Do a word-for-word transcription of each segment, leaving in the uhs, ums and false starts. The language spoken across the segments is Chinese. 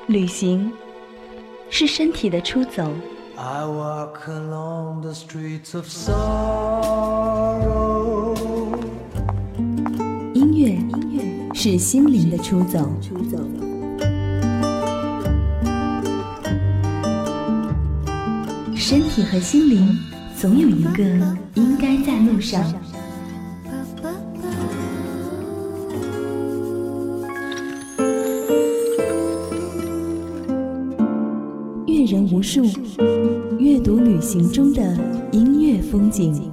旅行是身体的出走， I walk along the streets of sorrow. 音乐是心灵的出走。身体和心灵总有一个应该在路上。阅人无数，阅读旅行中的音乐风景。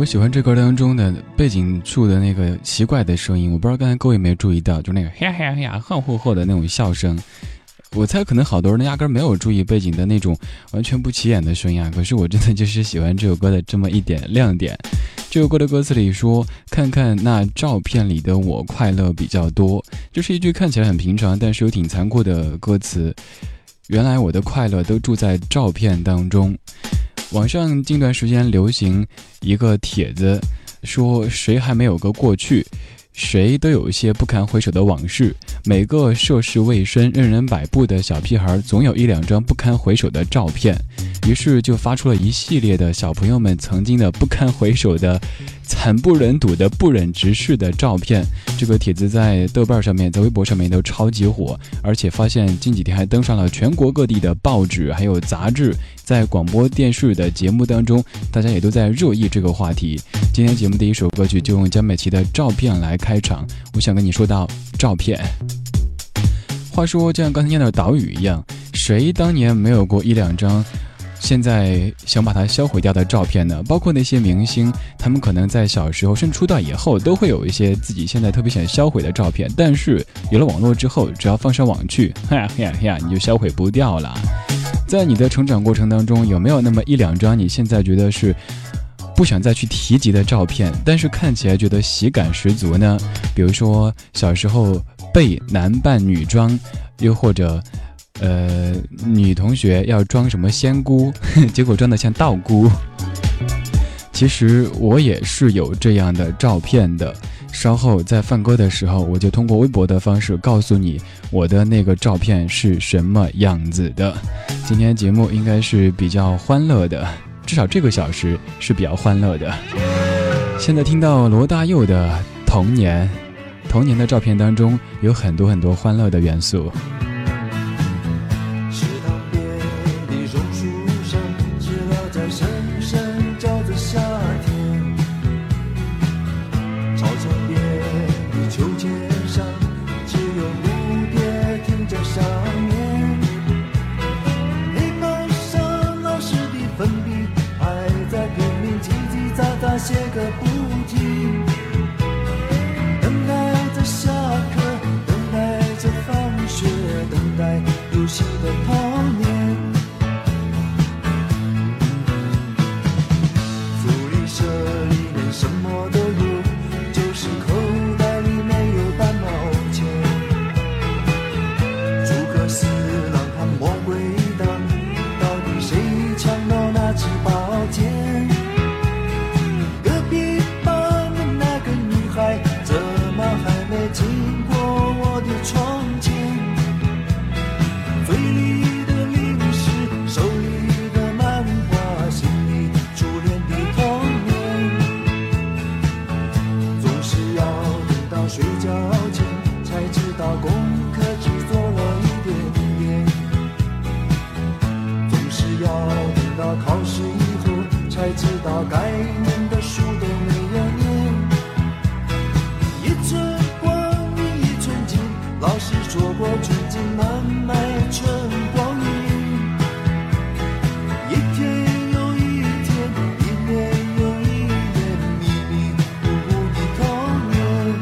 我喜欢这歌当中的背景处的那个奇怪的声音，我不知道刚才各位有没有注意到，就那个嘿嘿嘿哼呼呼的那种笑声。我猜可能好多人压根没有注意背景的那种完全不起眼的声音啊，可是我真的就是喜欢这首歌的这么一点亮点。这首歌的歌词里说，看看那照片里的我快乐比较多，这是一句看起来很平常但是又挺残酷的歌词。原来我的快乐都住在照片当中。网上近段时间流行一个帖子，说谁还没有个过去，谁都有一些不堪回首的往事，每个涉世未深任人摆布的小屁孩总有一两张不堪回首的照片，于是就发出了一系列的小朋友们曾经的不堪回首的惨不忍睹的不忍直视的照片。这个帖子在豆瓣上面在微博上面都超级火，而且发现近几天还登上了全国各地的报纸还有杂志，在广播电视的节目当中大家也都在热议这个话题。今天节目第一首歌曲就用江美琪的照片来开场，我想跟你说到照片。话说就像刚才念的岛屿一样，谁当年没有过一两张现在想把它销毁掉的照片呢？包括那些明星，他们可能在小时候甚至出道以后都会有一些自己现在特别想销毁的照片，但是有了网络之后，只要放上网去，呀呀呀，你就销毁不掉了。在你的成长过程当中，有没有那么一两张你现在觉得是不想再去提及的照片，但是看起来觉得喜感十足呢？比如说小时候被男扮女装，又或者呃，女同学要装什么仙姑，结果装得像道姑。其实我也是有这样的照片的，稍后在放歌的时候，我就通过微博的方式告诉你我的那个照片是什么样子的。今天节目应该是比较欢乐的，至少这个小时是比较欢乐的。现在听到罗大佑的童年，童年的照片当中有很多很多欢乐的元素。 写个不停，等待着下课，等待着放学，等待游戏的童年。福利社里面什么都有，就是口袋里没有半毛钱。诸葛四郎和魔鬼党，到底谁抢到那支宝剑？经过我的窗前，嘴里的零食，手里的漫画，心里初恋的童年。总是要等到睡觉前，才知道功课只做了一点点。总是要等到考试以后，才知道该念的书都没有念。一寸老师说过纯净难买春光阴，一天又一天，一年又一年，迷迷糊糊的童年。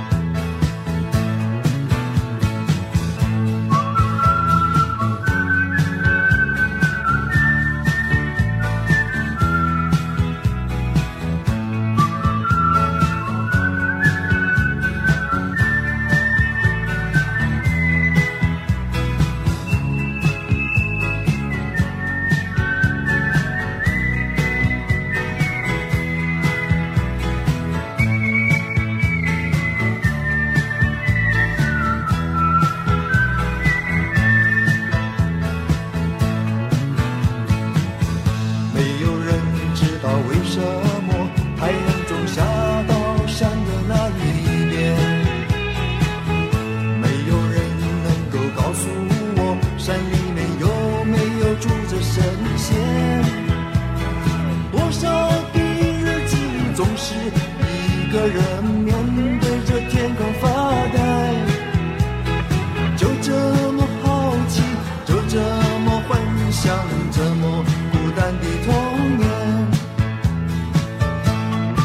一个人面对着天空发呆，就这么好奇，就这么幻想，这么孤单的童年。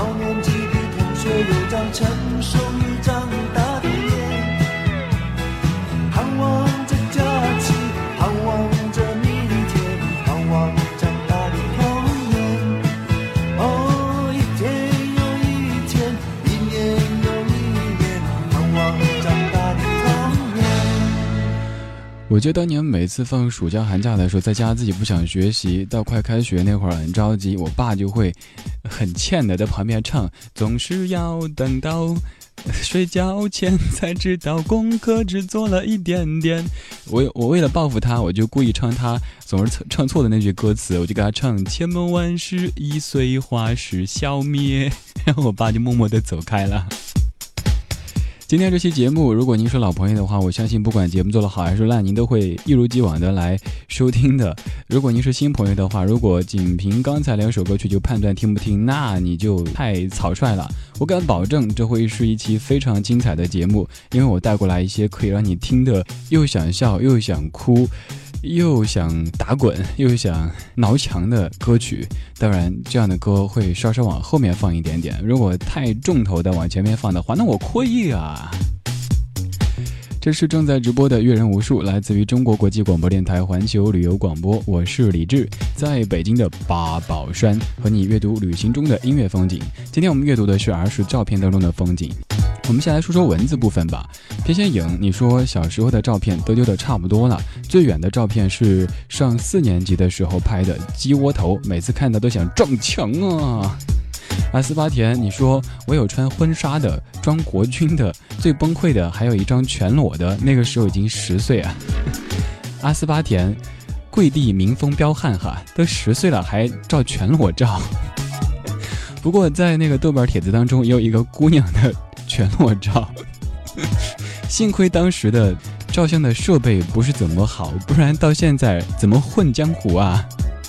高年级的同学有张成熟又长大的脸，盼望着假期，盼望着明天，盼望长大的童年。哦，一天又一天，一年又一年，盼望长大的童年。 我记得当年每次放暑假寒假的时候，在家自己不想学习，到快开学那会儿很着急，我爸就会很欠的在旁边唱，总是要等到睡觉前才知道功课只做了一点点。我我为了报复他，我就故意唱他总是唱错的那句歌词，我就给他唱千门万事一碎花是消灭，然后我爸就默默地走开了。今天这期节目，如果您是老朋友的话，我相信不管节目做得好还是烂，您都会一如既往的来收听的。如果您是新朋友的话，如果仅凭刚才两首歌曲就判断听不听，那你就太草率了。我敢保证这会是一期非常精彩的节目，因为我带过来一些可以让你听的又想笑又想哭又想打滚又想挠墙的歌曲。当然这样的歌会稍稍往后面放一点点，如果太重头的往前面放的话，那我亏啊。这是正在直播的阅人无数，来自于中国国际广播电台环球旅游广播，我是李志，在北京的八宝山和你阅读旅行中的音乐风景。今天我们阅读的是儿时照片当中的风景。我们先来说说文字部分吧。偏先影，你说小时候的照片都丢得差不多了，最远的照片是上四年级的时候拍的鸡窝头，每次看到都想撞墙啊。阿斯巴甜，你说我有穿婚纱的，装国军的，最崩溃的还有一张全裸的，那个时候已经十岁啊。阿斯巴甜，跪地民风彪悍哈，都十岁了还照全裸照。不过在那个豆瓣帖子当中也有一个姑娘的全裸照，幸亏当时的照相的设备不是怎么好，不然到现在怎么混江湖啊。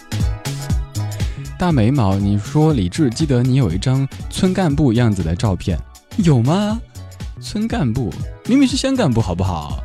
大眉毛，你说李志，记得你有一张村干部样子的照片，有吗？村干部明明是乡干部好不好？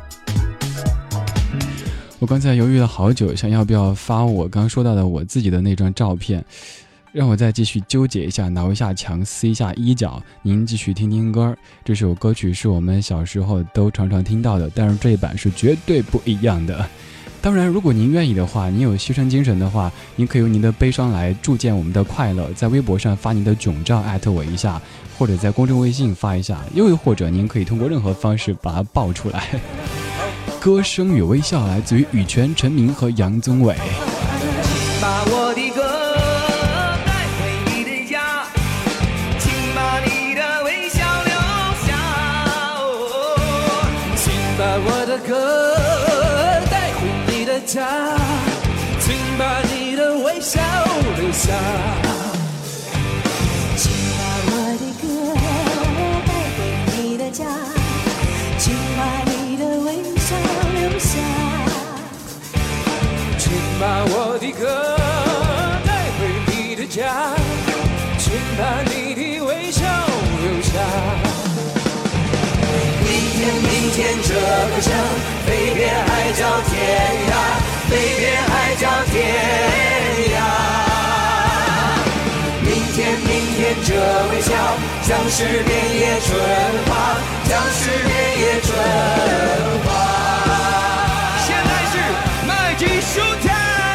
我刚才犹豫了好久，想要不要发我刚说到的我自己的那张照片，让我再继续纠结一下，挠一下墙，撕一下衣角。您继续听听歌，这首歌曲是我们小时候都常常听到的，但是这一版是绝对不一样的。当然如果您愿意的话，您有牺牲精神的话，您可以用您的悲伤来铸建我们的快乐，在微博上发您的囧照艾特我一下，或者在公众微信发一下，又或者您可以通过任何方式把它爆出来。歌声与微笑来自于羽泉、陈明和杨宗纬。 把我的歌带回你的家，请把你的微笑留下，哦，请把我的歌带回你的家，请把你的微笑留下， 请把我的歌带回你的家，请把你的微笑留下， 请把我的歌带回你的家，请把你的微笑留下。明天，明天这个城，飞遍海角天涯，飞遍海角天涯。明天，明天这微笑，将是遍野春花，将是遍野春花。现在是麦基舒泰。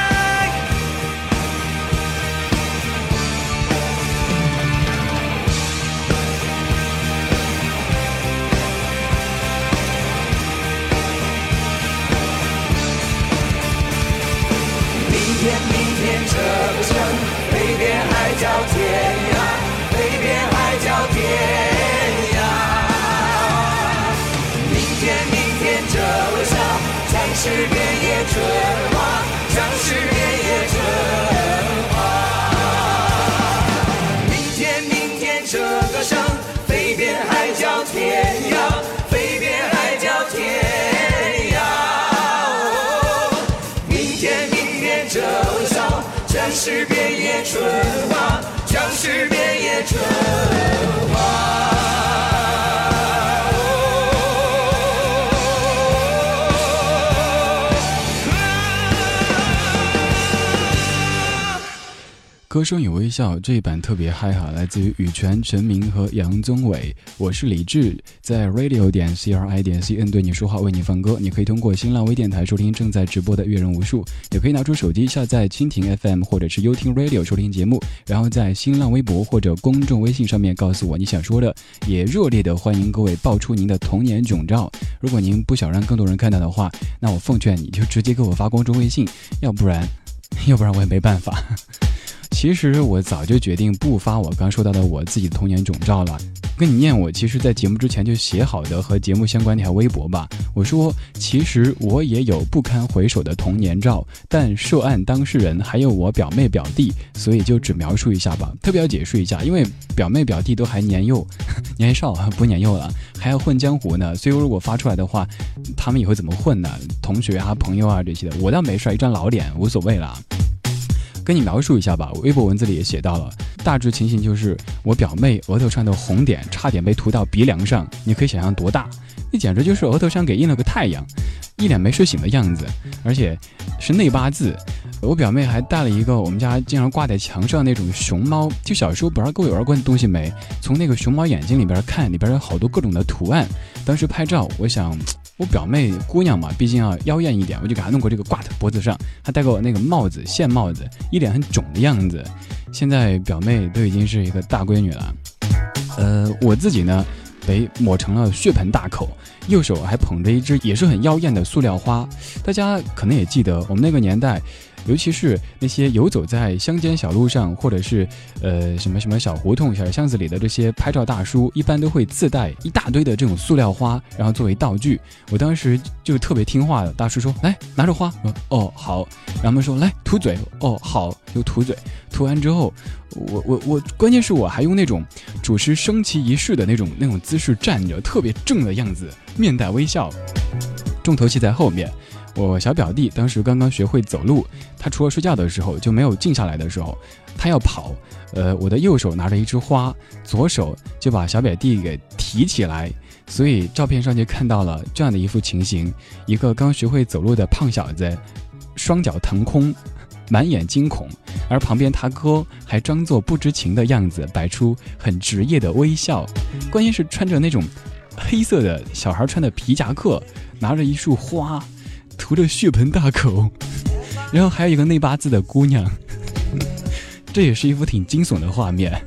明天，明天这个城，飞遍海角天涯，飞遍海角天涯。明天，明天这微笑，将是遍野春花，将是遍野春花。明天，明天这个城，飞遍海角天涯，飞遍海角天涯。明天，明天这微笑，将是遍野春花，将是遍野春花。 歌声与微笑这一版特别嗨哈，来自于羽泉、陈明和杨宗纬。我是李志，在 radio 点 c r i 点 c n 对你说话，为你放歌。你可以通过新浪微电台收听正在直播的阅人无数，也可以拿出手机下载蜻蜓 F M 或者是优听 radio 收听节目，然后在新浪微博或者公众微信上面告诉我你想说的。也热烈的欢迎各位爆出您的童年囧照。如果您不想让更多人看到的话，那我奉劝你就直接给我发公众微信，要不然要不然我也没办法。其实我早就决定不发我刚说到的我自己的童年囧照了，跟你念我其实在节目之前就写好的和节目相关那条微博吧。我说其实我也有不堪回首的童年照，但涉案当事人还有我表妹表弟，所以就只描述一下吧。特别要解释一下，因为表妹表弟都还年幼年少不年幼了，还要混江湖呢，所以如果发出来的话，他们以后怎么混呢？同学啊朋友啊这些的，我倒没事，一张老脸无所谓啦。跟你描述一下吧，微博文字里也写到了，大致情形就是我表妹额头上的红点差点被涂到鼻梁上，你可以想象多大，那简直就是额头上给印了个太阳，一脸没睡醒的样子，而且是内八字。我表妹还带了一个我们家经常挂在墙上那种熊猫，就小时候不知道各位玩过的东西没，从那个熊猫眼睛里边看，里边有好多各种的图案。当时拍照，我想我表妹姑娘嘛，毕竟要妖艳一点，我就给她弄过这个挂在脖子上，还戴过那个帽子线帽子，一脸很肿的样子。现在表妹都已经是一个大闺女了。呃，我自己呢被抹成了血盆大口，右手还捧着一只也是很妖艳的塑料花。大家可能也记得我们那个年代，尤其是那些游走在乡间小路上，或者是呃什么什么小胡同小巷子里的这些拍照大叔，一般都会自带一大堆的这种塑料花，然后作为道具。我当时就特别听话的，大叔说来拿着花，哦好，然后他们说来涂嘴，哦好，就涂嘴。涂完之后，我我我关键是我还用那种主持升旗仪式的那种那种姿势站着，特别正的样子，面带微笑，重头戏在后面。我小表弟当时刚刚学会走路，他除了睡觉的时候就没有静下来的时候，他要跑，呃，我的右手拿着一枝花，左手就把小表弟给提起来，所以照片上就看到了这样的一幅情形：一个刚学会走路的胖小子，双脚腾空，满眼惊恐，而旁边他哥还装作不知情的样子，摆出很职业的微笑。关键是穿着那种黑色的小孩穿的皮夹克，拿着一束花，涂着血盆大口，然后还有一个内八字的姑娘，这也是一幅挺惊悚的画面。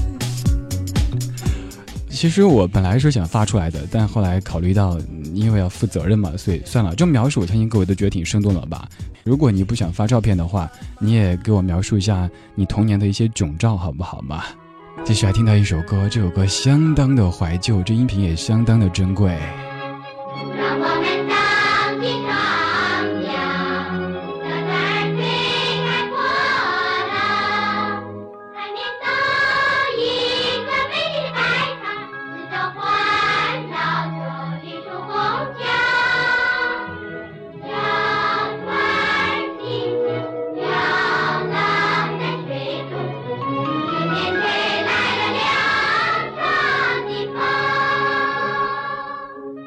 其实我本来是想发出来的，但后来考虑到因为要负责任嘛，所以算了。这么描述我相信各位都觉得挺生动了吧。如果你不想发照片的话，你也给我描述一下你童年的一些囧照好不好嘛。继续来听到一首歌，这首歌相当的怀旧，这音频也相当的珍贵。 让我们荡起长江，这山水开阔了，海面倒映着美丽的海棠，四周环绕着绿树红墙，小船行驶飘浪在水中，雨天吹来了凉爽的风。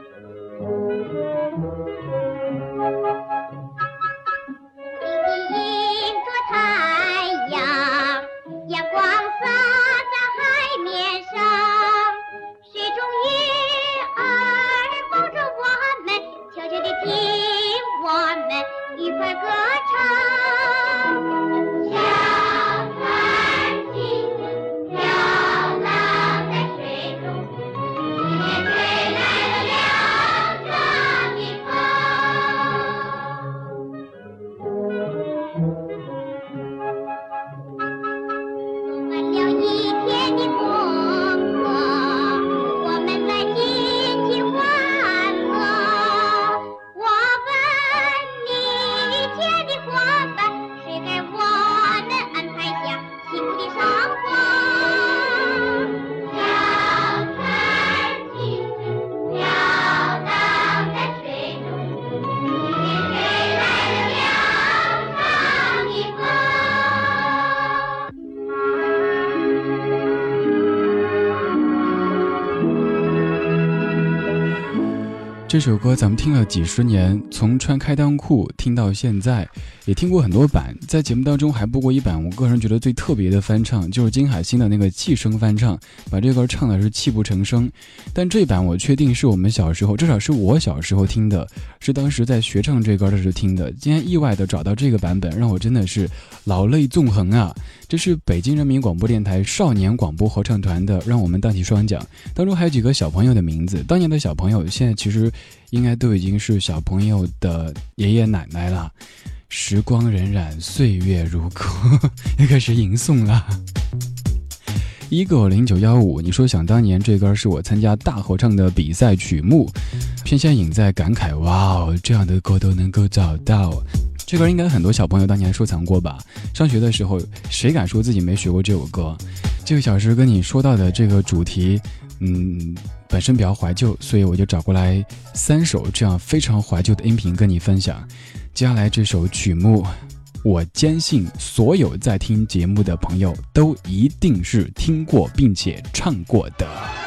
这首歌咱们听了几十年，从穿开裆裤听到现在，也听过很多版，在节目当中还播过一版我个人觉得最特别的翻唱，就是金海心的那个气声翻唱，把这歌唱的是泣不成声。但这版我确定是我们小时候，至少是我小时候听的，是当时在学唱这歌的时候听的。今天意外的找到这个版本，让我真的是老泪纵横啊！这是北京人民广播电台少年广播合唱团的《让我们荡起双桨》，当中还有几个小朋友的名字，当年的小朋友现在其实应该都已经是小朋友的爷爷奶奶了。时光荏苒，岁月如歌，又开始吟诵了。一个零九幺五，你说想当年这歌是我参加大合唱的比赛曲目，偏先隐在感慨，哇哦，这样的歌都能够找到。这歌应该很多小朋友当年收藏过吧？上学的时候，谁敢说自己没学过这首歌？这个小时跟你说到的这个主题，嗯，本身比较怀旧，所以我就找过来三首这样非常怀旧的音频跟你分享。接下来这首曲目，我坚信所有在听节目的朋友都一定是听过并且唱过的。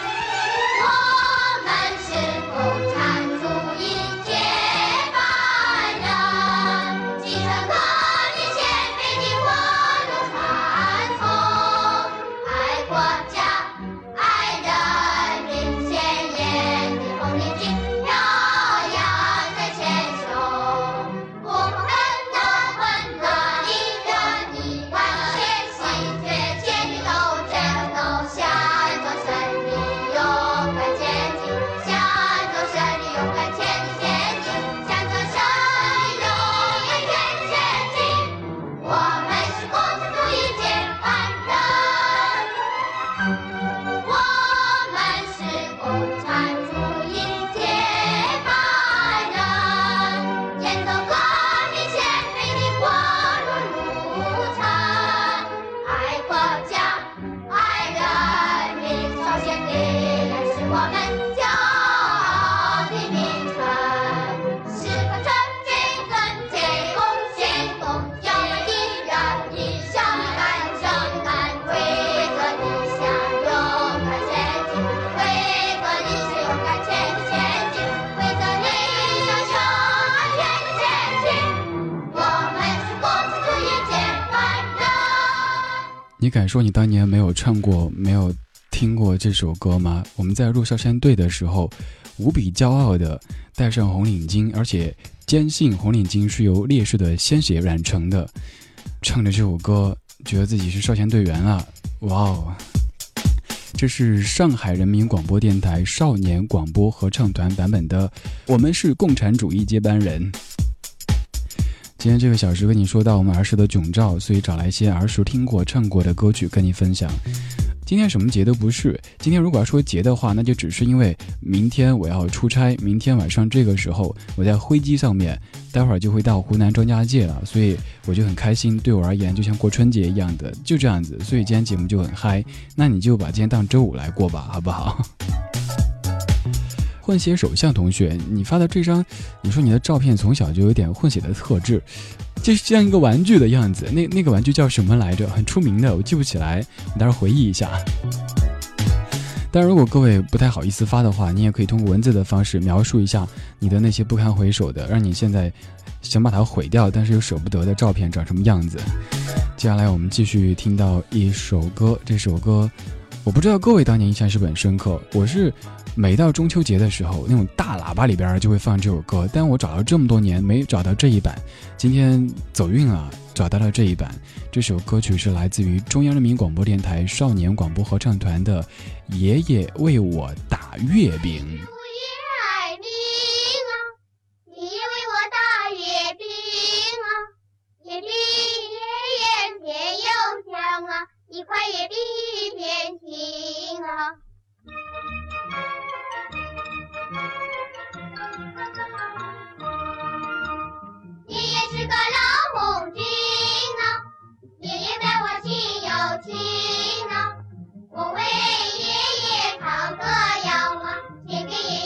你敢说你当年没有唱过，没有听过这首歌吗？我们在入少先队的时候，无比骄傲地戴上红领巾，而且坚信红领巾是由烈士的鲜血染成的，唱着这首歌，觉得自己是少先队员了。哇哦！这是上海人民广播电台少年广播合唱团版本的《我们是共产主义接班人》。今天这个小时跟你说到我们儿时的囧照，所以找来一些儿时听过唱过的歌曲跟你分享。今天什么节都不是，今天如果要说节的话，那就只是因为明天我要出差，明天晚上这个时候我在飞机上面，待会儿就会到湖南张家界了，所以我就很开心，对我而言就像过春节一样的，就这样子，所以今天节目就很嗨。那你就把今天当周五来过吧，好不好？混血首相同学，你发的这张，你说你的照片从小就有点混血的特质，就像一个玩具的样子。那那个玩具叫什么来着？很出名的，我记不起来，你待会儿回忆一下。当然，如果各位不太好意思发的话，你也可以通过文字的方式描述一下你的那些不堪回首的，让你现在想把它毁掉，但是又舍不得的照片长什么样子。接下来我们继续听到一首歌，这首歌我不知道各位当年印象是不是很深刻，我是每到中秋节的时候，那种大喇叭里边就会放这首歌，但我找了这么多年没找到这一版，今天走运了，找到了这一版。这首歌曲是来自于中央人民广播电台少年广播合唱团的《爷爷为我打月饼》。 一块月饼一片情啊，爷爷是个老红军啊，爷爷对我心有情啊，我为爷爷唱歌谣啊，写给爷爷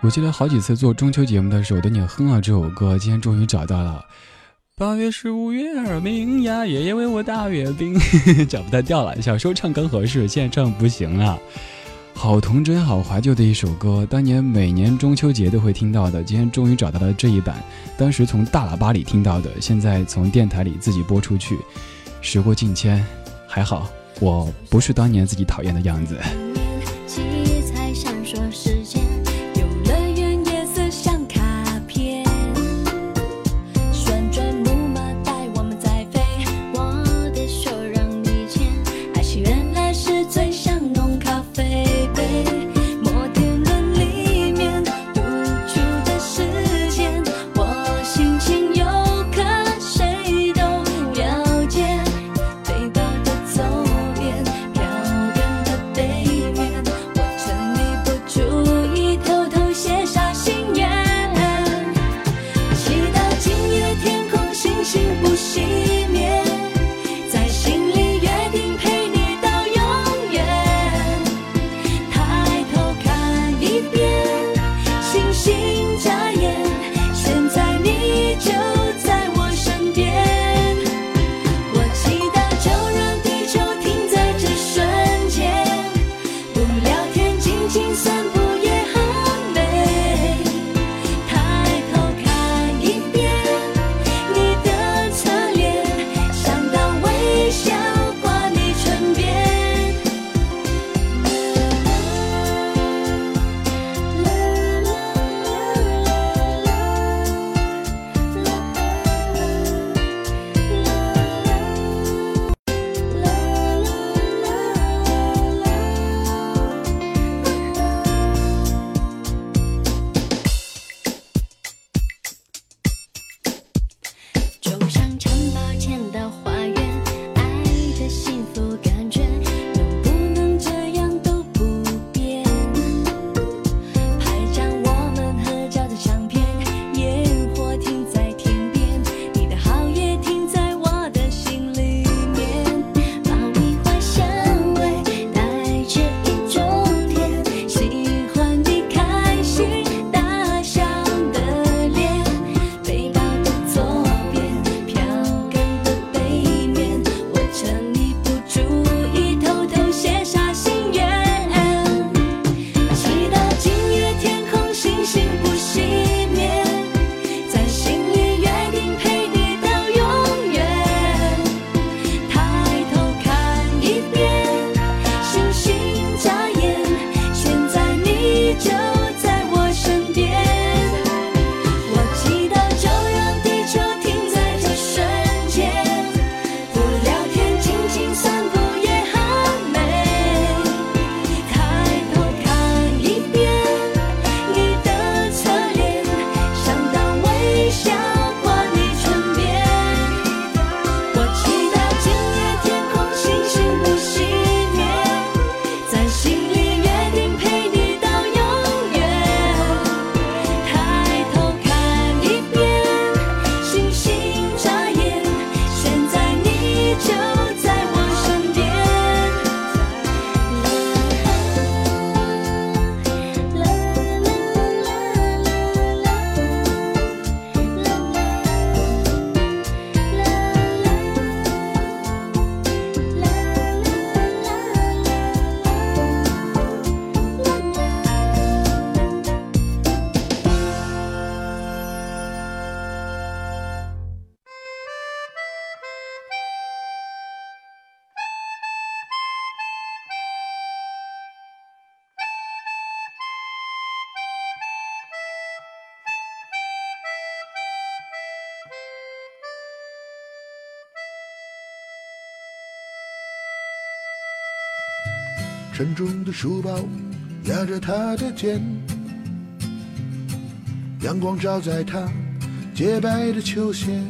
我记得好几次做中秋节目的时候，我都念哼了这首歌，今天终于找到了。八月十五月儿明呀，爷爷为我打月饼，找不太调了。小时候唱刚合适，现在唱不行了。好童真好怀旧的一首歌，当年每年中秋节都会听到的，今天终于找到了这一版，当时从大喇叭里听到的，现在从电台里自己播出去。时过境迁，还好我不是当年自己讨厌的样子。 七彩闪烁时间，游乐园夜色像卡片，旋转木马带我们在飞，我的手让你牵，爱情原来是最像浓咖啡杯，摩天轮里面独处的时间，我心情有可谁都了解，背包的左边，飘远的背面，我趁你不注意偷偷写下心愿，祈祷今夜天空星星不熄灭，在心里约定陪你到永远，抬头看一遍，星星眨眼，现在你就在我身边，我祈祷就让地球停在这瞬间，不聊天静静散步也很美，抬头看一遍你的侧脸，想到微笑挂你唇边，走上城堡前的花园，爱的幸福感觉，能不能这样都不变？拍张我们合照的相片，烟火停在天边，你的好也停在我的心里面，爆米花香味带着一种甜，喜欢你开心大笑的脸，背包的左边，飘gần的背面，我趁你不注意偷偷写下心愿，祈祷今夜天空星星不熄灭，在心里约定陪你到永远，抬头看一遍，星星眨眼，现在你就在我身边，我祈祷就让地球停在这瞬间，不聊天静静散步也很美，抬头看一遍你的侧脸，想到微笑挂你唇边，我祈祷今夜天空星星不熄灭，在心里约定陪你到永远，抬头看一遍，星星眨眼，现在你就在我身边，啦啦沉重的书包压着他的肩，阳光照在他洁白的球鞋，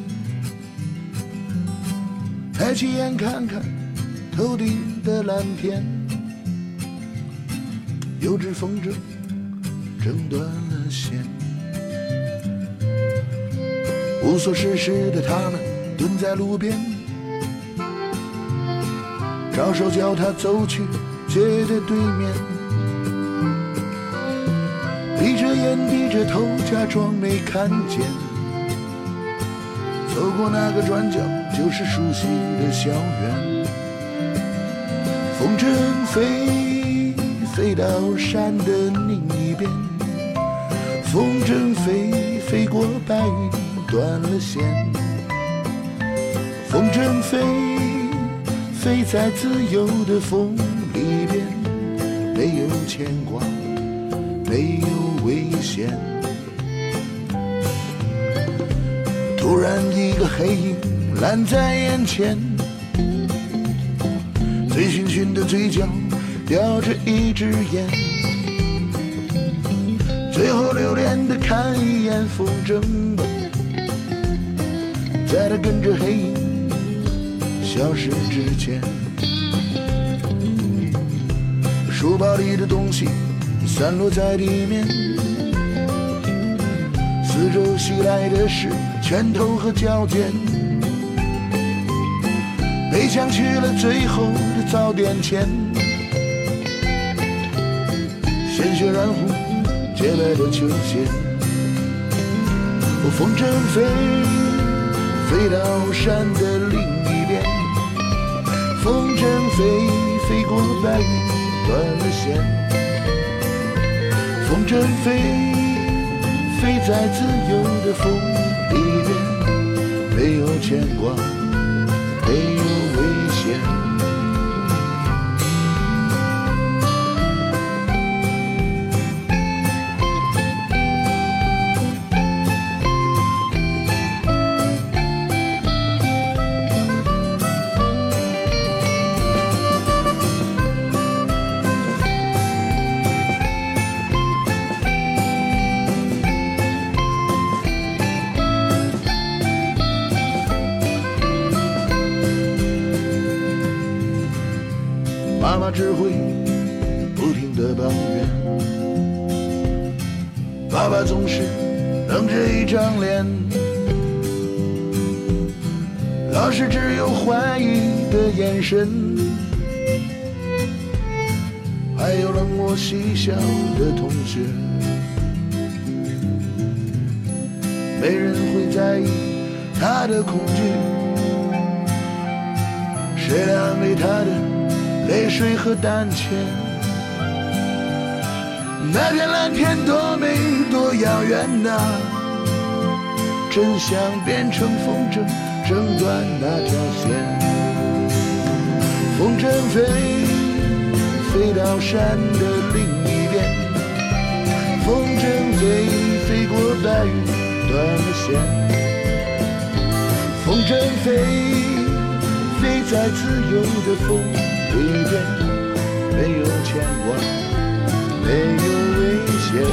抬起眼看看头顶的蓝天，有只风筝挣断了线，无所事事的他们蹲在路边，招手叫他走去街的对面， 闭着眼闭着头假装没看见，走过那个转角就是熟悉的校园。风筝飞飞到山的另一边，风筝飞飞过白云断了线，风筝飞飞在自由的风里边，没有牵挂，没有危险。突然一个黑影拦在眼前，醉醺醺的嘴角叼着一支烟，最后留恋的看一眼风筝吧，在他跟着黑影消失之前。书包里的东西散落在地面，四周袭来的是拳头和脚尖，被抢去了最后的早点钱，鲜血染红洁白的球鞋。风筝飞飞到山的另一边，风筝飞飞过白云断了线，风筝飞飞在自由的风里边，没有牵挂，没有危险。妈妈只会不停地抱怨，爸爸总是冷着一张脸，老师只有怀疑的眼神，还有冷漠嬉笑的同学，没人会在意他的恐惧，谁来安慰他的泪水和胆怯。那片蓝天多美多遥远啊，真想变成风筝挣断那条线。风筝飞飞到山的另一边，风筝飞飞过白云断了线，风筝飞飞在自由的风里边，没有牵挂，没有危险。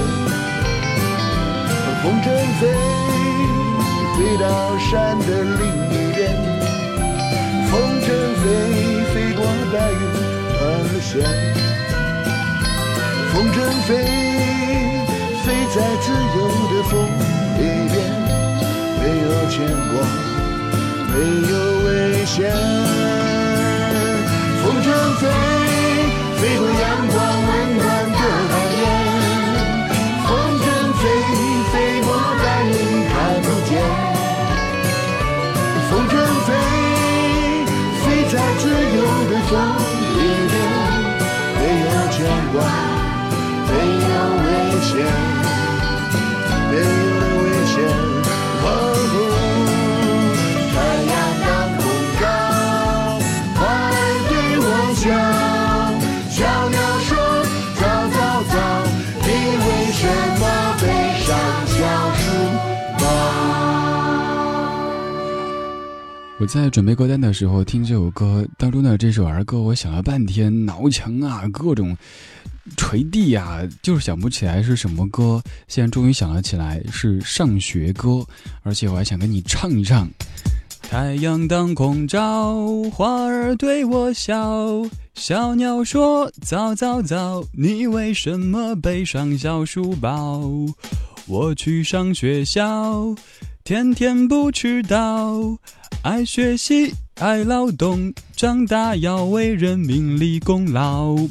风筝飞飞到山的另一边，风筝飞飞过白云断了线，风筝飞飞在自由的风里边，没有牵挂，没有危险。风筝飞飞过阳光温暖的海边，风筝飞飞过白云看不见，风筝飞飞在自由的风里边，没有牵挂，没有危险，没有危险。哦小鸟说早早早，你为什么背上小书包？ 我在准备歌单的时候听这首歌当中的这首儿歌，我想了半天，挠墙啊，各种捶地啊，就是想不起来是什么歌。现在终于想了起来，是上学歌，而且我还想跟你唱一唱。太阳当空照，花儿对我笑，小鸟说早早早，你为什么背上小书包？我去上学校，天天不迟到，爱学习爱劳动，长大要为人民立功劳。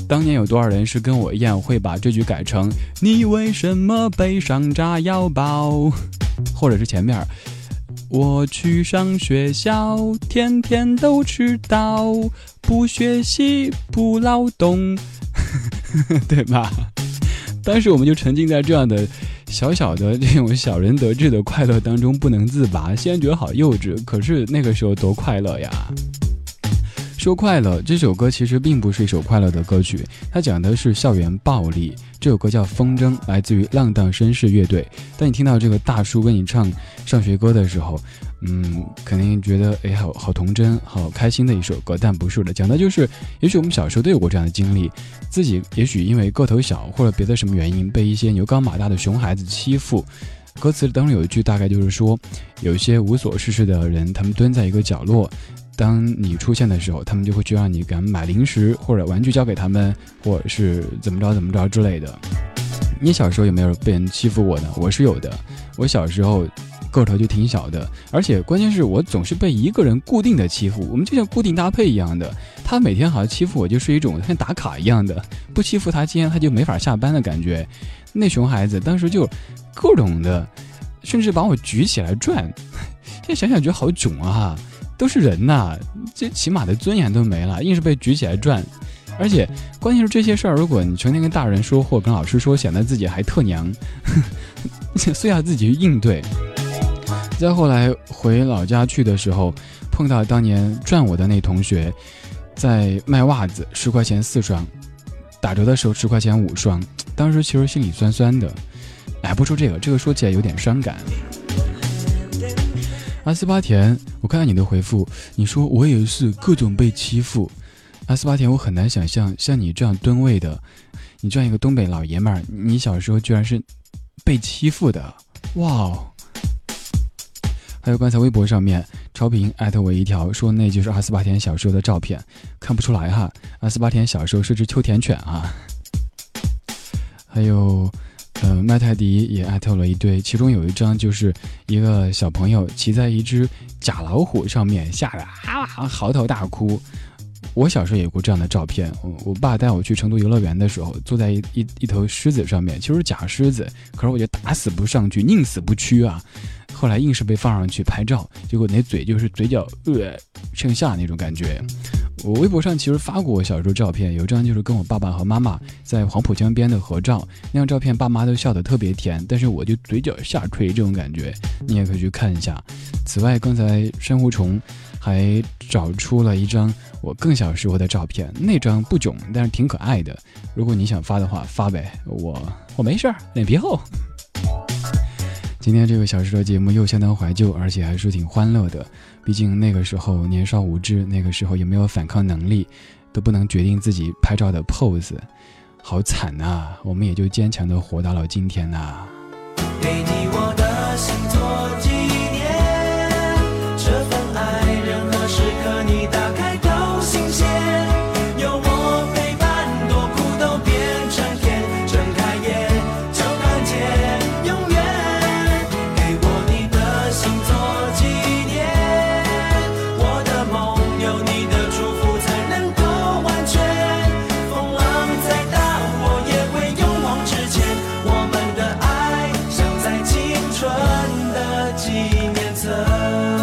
当年有多少人是跟我一样会把这句改成你为什么背上炸药包，或者是前面我去上学校天天都迟到，不学习不劳动对吧？当时我们就沉浸在这样的小小的这种小人得志的快乐当中不能自拔，现在觉得好幼稚，可是那个时候多快乐呀。说快乐，这首歌其实并不是一首快乐的歌曲，它讲的是校园暴力。这首歌叫《风筝》，来自于浪荡绅士乐队。当你听到这个大叔跟你唱上学歌的时候，嗯，肯定觉得哎，好好童真，好开心的一首歌，但不是的，讲的就是，也许我们小时候都有过这样的经历，自己也许因为个头小或者别的什么原因，被一些牛高马大的熊孩子欺负。歌词当中有一句大概就是说，有一些无所事事的人，他们蹲在一个角落。当你出现的时候，他们就会去让你给他们买零食或者玩具交给他们，或者是怎么着怎么着之类的。你小时候有没有被人欺负过呢？我是有的。我小时候个头就挺小的，而且关键是我总是被一个人固定的欺负，我们就像固定搭配一样的。他每天好像欺负我就是一种像打卡一样的，不欺负他今天他就没法下班的感觉。那熊孩子当时就各种的，甚至把我举起来转，现在想想觉得好囧啊，都是人呐、啊，这起码的尊严都没了，硬是被举起来转。而且关键是这些事儿，如果你成天跟大人说或跟老师说，显得自己还特娘，所以要自己去应对。再后来回老家去的时候，碰到当年赚我的那同学，在卖袜子，十块钱四双，打折的时候十块钱五双，当时其实心里酸酸的。哎，不说这个，这个说起来有点伤感。阿斯巴甜，我看到你的回复，你说我也是各种被欺负。阿斯巴甜，我很难想象像你这样吨位的，你这样一个东北老爷们儿，你小时候居然是被欺负的，哇哦！还有刚才微博上面超平艾特我一条，说那就是阿斯巴甜小时候的照片，看不出来哈，阿斯巴甜小时候是只秋田犬啊。还有呃，麦泰迪也艾特了一堆，其中有一张就是一个小朋友骑在一只假老虎上面，吓得啊嚎啕大哭。我小时候也有过这样的照片，我我爸带我去成都游乐园的时候，坐在一一一头狮子上面，其实是假狮子，可是我就打死不上去，宁死不屈啊。后来硬是被放上去拍照，结果那嘴就是嘴角呃剩下那种感觉。我微博上其实发过我小时候照片，有一张就是跟我爸爸和妈妈在黄浦江边的合照，那张照片爸妈都笑得特别甜，但是我就嘴角下垂这种感觉，你也可以去看一下。此外，刚才珊瑚虫还找出了一张我更小时候的照片，那张不囧，但是挺可爱的。如果你想发的话，发呗，我我没事儿，脸皮厚。今天这个小时的节目又相当怀旧，而且还是挺欢乐的。毕竟那个时候年少无知，那个时候也没有反抗能力，都不能决定自己拍照的 pose， 好惨啊！我们也就坚强的活到了今天啊。 给你我的心做纪念，这份爱任何时刻你打开都新鲜，有我陪伴，多苦都变成甜，睁开眼就看见永远。给我你的心做纪念，我的梦有你的祝福才能够完全，风浪再大我也会勇往直前，我们的爱像在青春的纪念册。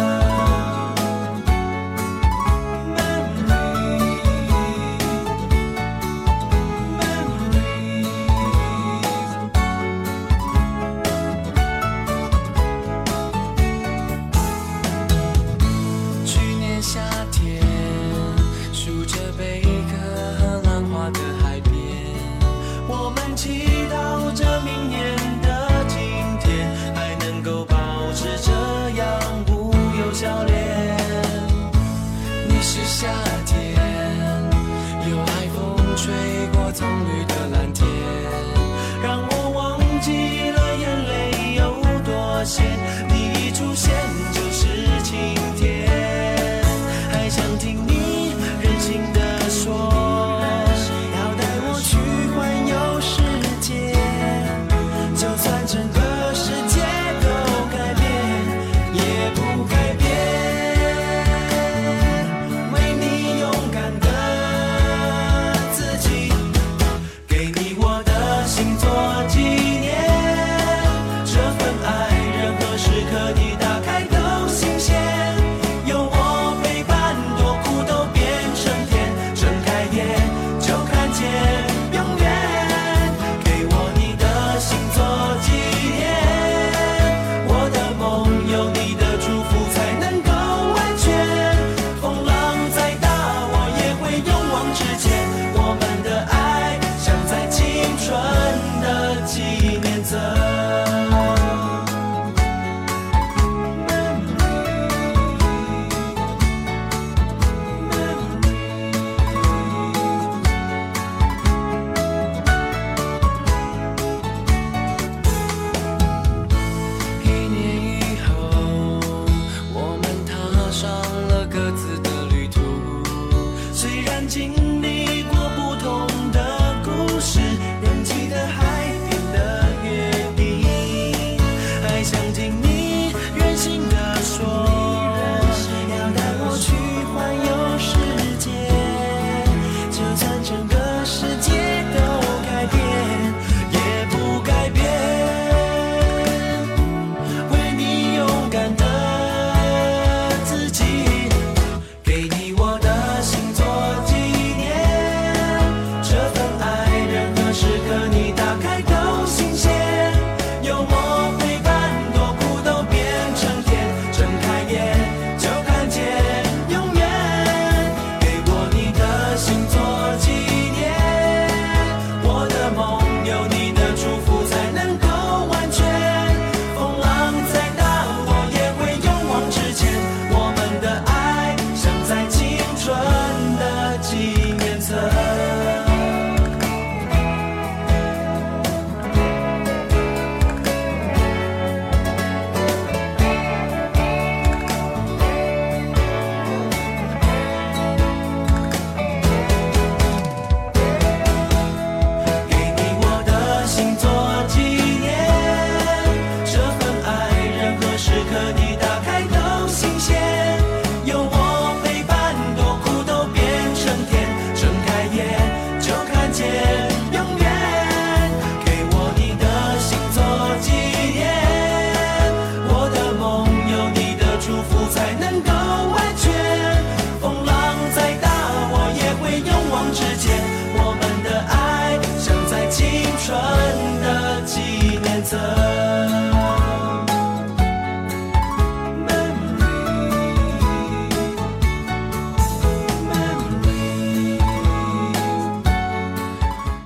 去年夏天，数着贝壳和浪花的海边，我们祈祷着明年的今天还能够保持这样无忧笑脸。你是夏天，有海风吹过葱绿的蓝天，让我忘记了眼泪有多咸，你一出现就是晴天，还想听你任性地说，要带我去环游世界，就算整个世界都改变也不改变，为你勇敢的自己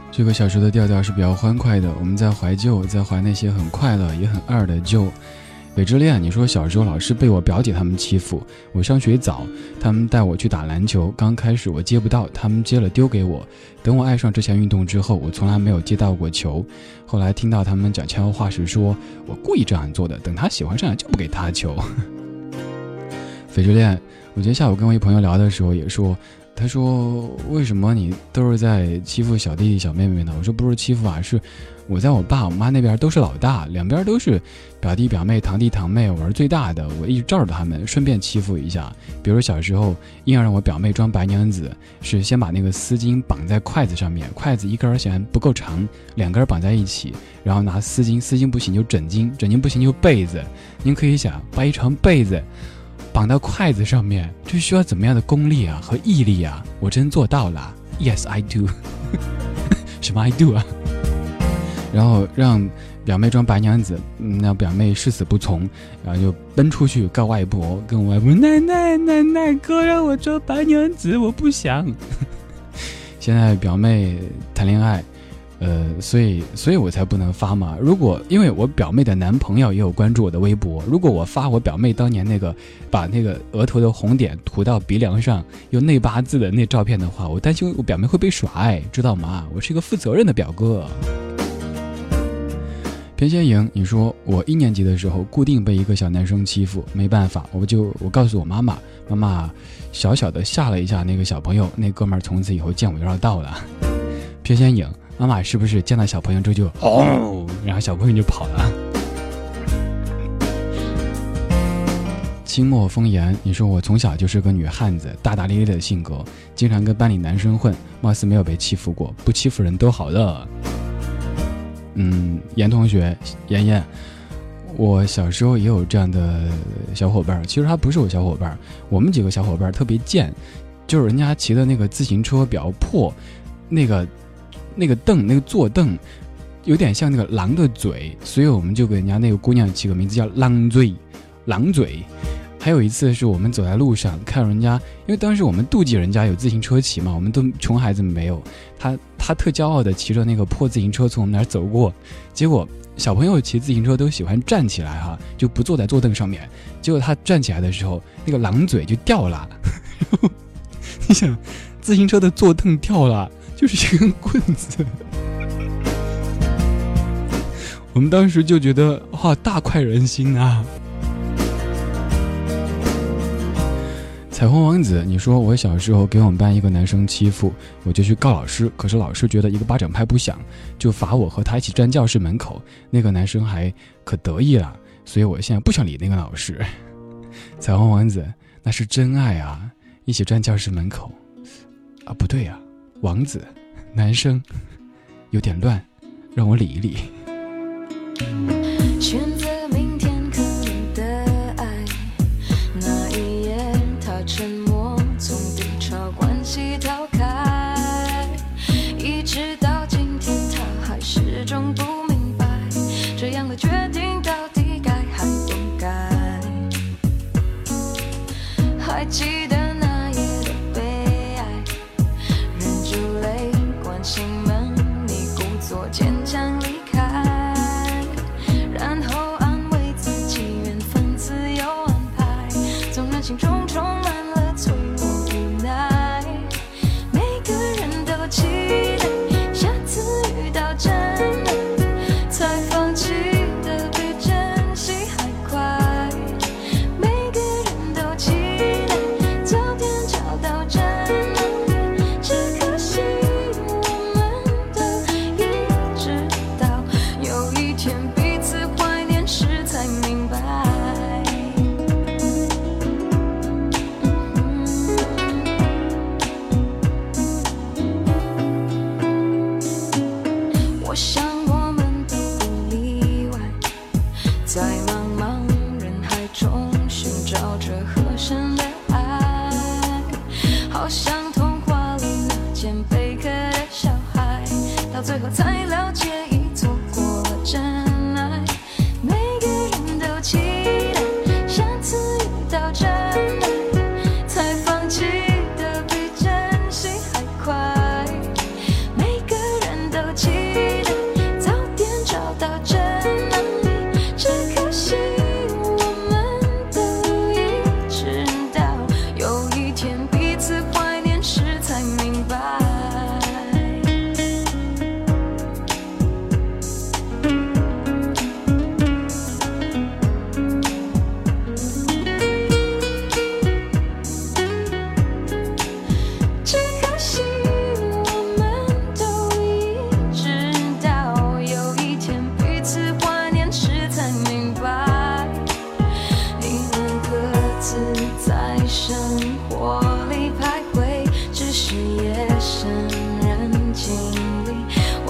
这个小时的调调是比较欢快的，我们在怀旧，在怀那些很快乐也很二的旧。北之恋，你说小时候老是被我表姐他们欺负，我上学早，他们带我去打篮球，刚开始我接不到，他们接了丢给我，等我爱上这项运动之后，我从来没有接到过球，后来听到他们讲悄悄话时说我故意这样做的，等他喜欢上了就不给他球。北之恋，我今天下午跟我一朋友聊的时候也说，他说为什么你都是在欺负小弟弟小妹妹呢？我说不是欺负啊，是我在我爸我妈那边都是老大，两边都是表弟表妹堂弟堂妹，我是最大的，我一直罩着他们，顺便欺负一下。比如小时候硬要让我表妹装白娘子，是先把那个丝巾绑在筷子上面，筷子一根嫌不够长，两根绑在一起，然后拿丝巾，丝巾不行就枕巾，枕巾不行就被子。您可以想把一床被子绑到筷子上面，这需要怎么样的功力啊和毅力啊？我真做到了 ，Yes I do 。什么 I do 啊？然后让表妹装白娘子，那表妹誓死不从，然后就奔出去告外婆，跟我外婆奶奶奶奶哥让我装白娘子，我不想。现在表妹谈恋爱。呃，所以，所以我才不能发嘛。如果因为我表妹的男朋友也有关注我的微博，如果我发我表妹当年那个把那个额头的红点涂到鼻梁上有内八字的那照片的话，我担心我表妹会被耍爱，知道吗？我是一个负责任的表哥。偏先赢，你说我一年级的时候固定被一个小男生欺负，没办法，我就我告诉我妈妈，妈妈小小的吓了一下那个小朋友，那哥们儿从此以后见我就绕道了。偏先赢。妈妈是不是见到小朋友之后就哦，然后小朋友就跑了？清墨风言，你说我从小就是个女汉子，大大咧咧的性格，经常跟班里男生混，貌似没有被欺负过，不欺负人都好的。嗯，严同学，妍妍，我小时候也有这样的小伙伴，其实他不是我小伙伴，我们几个小伙伴特别贱，就是人家骑的那个自行车比较破，那个。那个凳，那个坐凳，有点像那个狼的嘴，所以我们就给人家那个姑娘起个名字叫狼嘴，狼嘴。还有一次是我们走在路上，看人家，因为当时我们妒忌人家有自行车骑嘛，我们都穷孩子没有，他他特骄傲的骑着那个破自行车从我们那儿走过，结果小朋友骑自行车都喜欢站起来哈，就不坐在坐凳上面，结果他站起来的时候，那个狼嘴就掉了。你想，自行车的坐凳掉了。就是一根棍子，我们当时就觉得哇，大快人心啊！彩虹王子，你说我小时候给我们班一个男生欺负，我就去告老师，可是老师觉得一个巴掌拍不响，就罚我和他一起站教室门口。那个男生还可得意了，所以我现在不想理那个老师。彩虹王子，那是真爱啊！一起站教室门口啊，不对啊。王子，男生，有点乱，让我理一理。 选择明天可能的爱，那一夜他沉默，从低潮关系逃开，一直到今天他还始终不明白，这样的决定到底该还不该。还记得那夜的悲哀，忍住泪关上门，你故作坚强离开，然后安慰自己缘分自有安排，纵然心中充满了脆弱无奈，每个人都期待下次遇到真爱，才放弃的比珍惜还快，每个人都期待早点找到真爱，只可惜我们都一直到有一天彼此怀念时才明白。我想我们都不例外，在茫茫人海中寻找着合身的爱，好像童话里那件贝壳的小孩，到最后才了解已错过了真爱，每个人都期待下次遇到真爱，才放弃的比珍惜还快，每个人都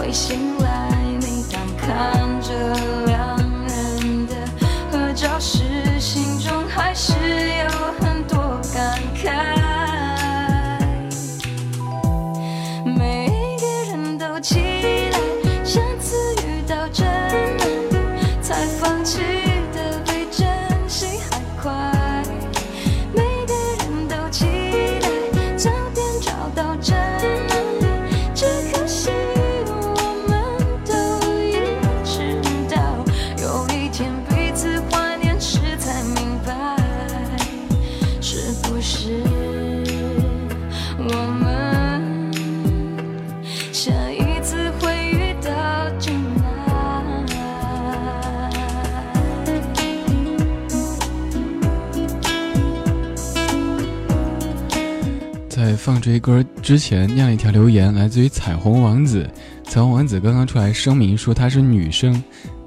会醒来，每当看着两人的合照时，心中还是有很多感慨。每个人都期待下次遇到真爱，才放弃的比珍惜还快。每个人都期待早点找到真爱，只可惜我们都已知道，有一天彼此怀念时才明白，是不是我们下一次会遇到真爱。 在放这一歌之前念了一条留言，来自于彩虹王子。彩虹王子刚刚出来声明说他是女生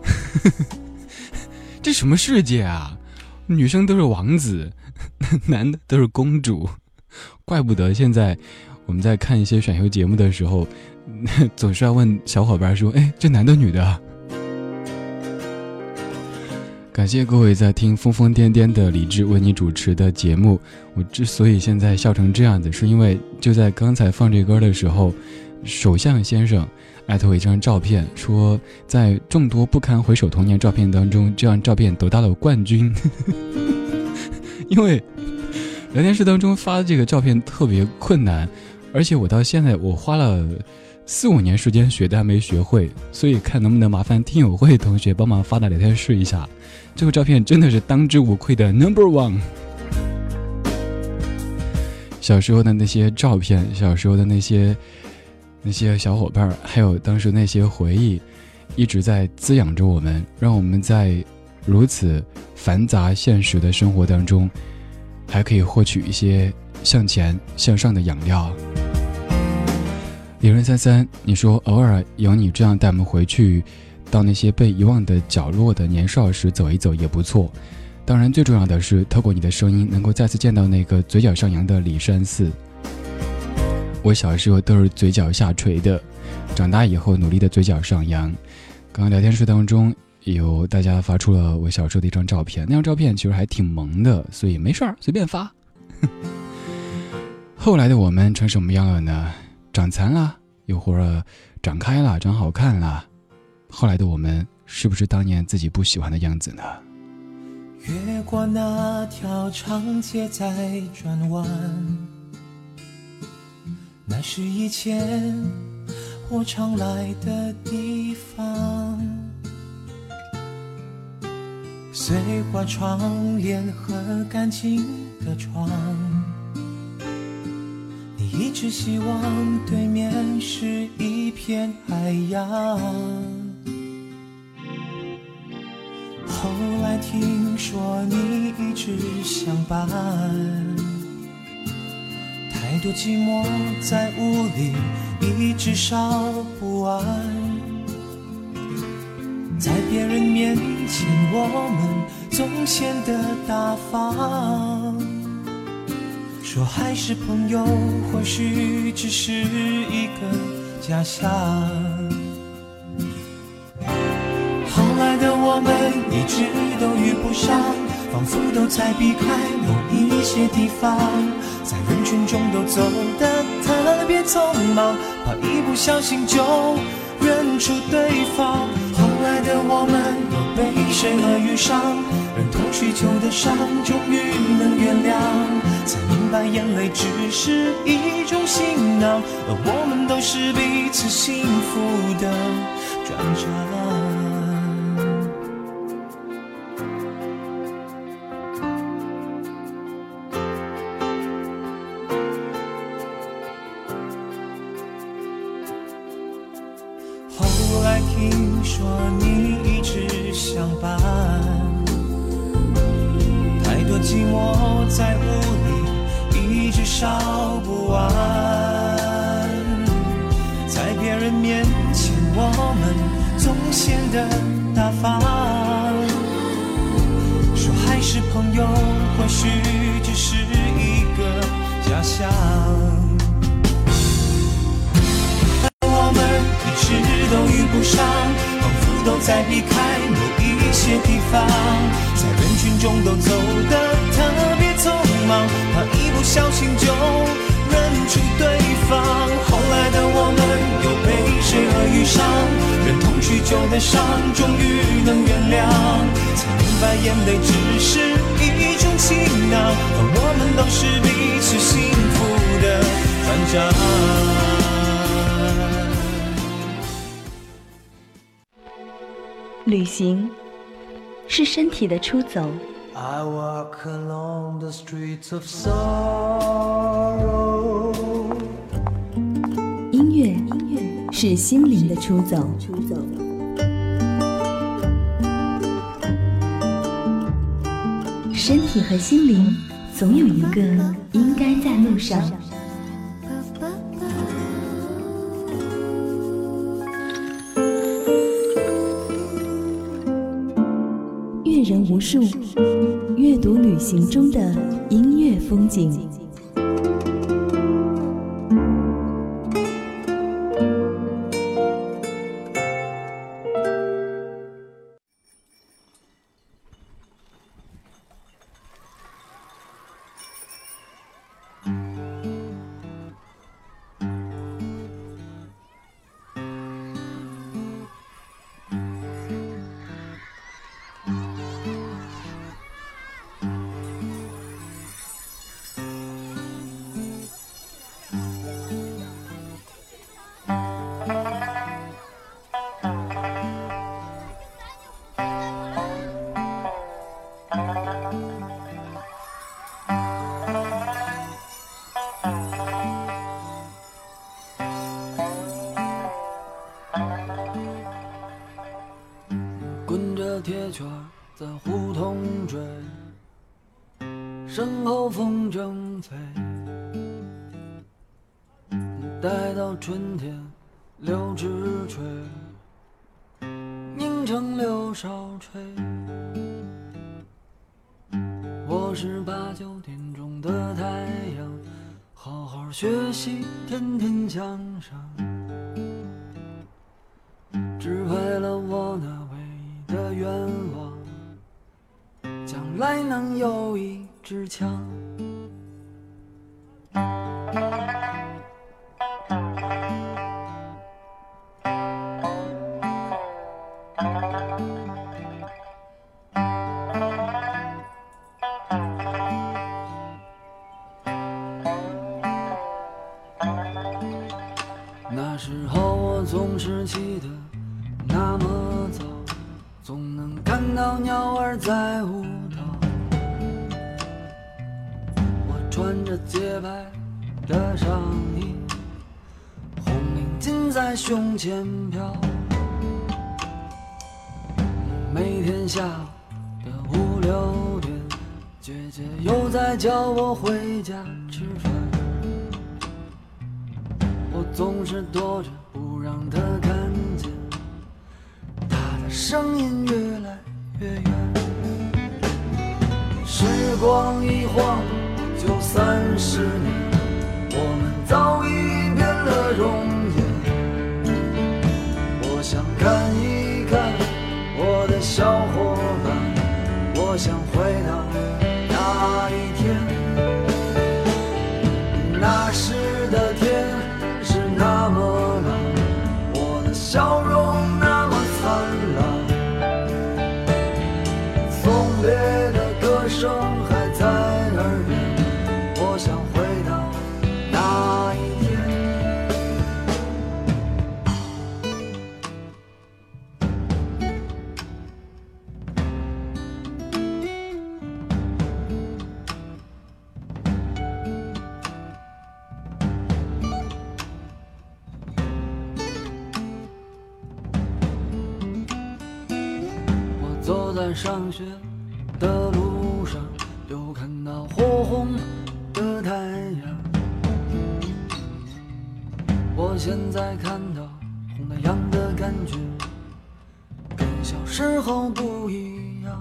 这什么世界啊，女生都是王子男的都是公主，怪不得现在我们在看一些选秀节目的时候总是要问小伙伴说，哎，这男的女的啊？感谢各位在听疯疯癫癫的李志为你主持的节目。我之所以现在笑成这样子，是因为就在刚才放这歌的时候，首相先生艾特我一张照片，说在众多不堪回首童年照片当中，这张照片得到了冠军因为聊天室当中发这个照片特别困难，而且我到现在我花了四五年时间学的还没学会，所以看能不能麻烦听友会同学帮忙发到聊天室一下。这个照片真的是当之无愧的 number one。 小时候的那些照片，小时候的那些那些小伙伴，还有当时那些回忆，一直在滋养着我们，让我们在如此繁杂现实的生活当中还可以获取一些向前向上的养料。李润三三，你说偶尔有你这样带我们回去到那些被遗忘的角落的年少时走一走也不错。当然最重要的是透过你的声音能够再次见到那个嘴角上扬的李山寺。我小时候都是嘴角下垂的，长大以后努力的嘴角上扬。刚刚聊天室当中有大家发出了我小时候的一张照片，那张照片其实还挺萌的，所以没事儿随便发后来的我们成什么样了呢？长残了，又或者长开了，长好看了。后来的我们是不是当年自己不喜欢的样子呢？ 越过那条长街在转弯，那是以前我常来的地方。碎花窗帘和干净的床，你一直希望对面是一片海洋。后来听说你一直相伴，太多寂寞在屋里一直烧不完。在别人面前我们总显得大方，说还是朋友，或许只是一个假象。后来的我们一直都遇不上，仿佛都在避开某一些地方，在人群中都走得特别匆忙，怕一不小心就认出对方。后来的我们又被谁而遇上，忍痛许久的伤终于能原谅，才明白眼泪只是一种行囊，而我们都是彼此幸福的转场。后来听说你一直相伴，太多寂寞在屋里一直烧不完，在别人面前我们总显得大方，说还是朋友，或许只是一个假象。我们一直都再避开某一些地方，在人群中都走得特别匆忙，怕一不小心就认出对方。后来的我们又被谁而遇上，忍痛许久的伤终于能原谅，才明白眼泪只是一种气囊，而我们都是彼此幸福的团长。 旅行是身体的出走， I walk along the streets of sorrow。 音乐是心灵的出走，身体和心灵总有一个应该在路上。阅人无数，阅读旅行中的音乐风景。 滚着铁圈在胡同追，身后风筝飞，待到春天柳枝垂，凝成柳梢垂。我是八九点钟的太阳，好好学习，天天向上，只为了我那唯一的愿望，将来能有一支枪。那时候我总是起得那么早，总能看到鸟儿在舞蹈。我穿着洁白的上衣，红领巾在胸前飘。每天下午的五六点，姐姐又在叫我回家吃饭。我总是躲着不让她看见，她的声音越来越远。时光一晃就三十年，我们早已变了容颜。我想看一看我的小伙伴，我想回到那一天，那时的天是那么蓝，我的笑容那么灿烂，送别的歌声还在耳边，我想回到那一天。走在上学的路上，又看到火红的太阳。我现在看到红太阳的感觉，跟小时候不一样。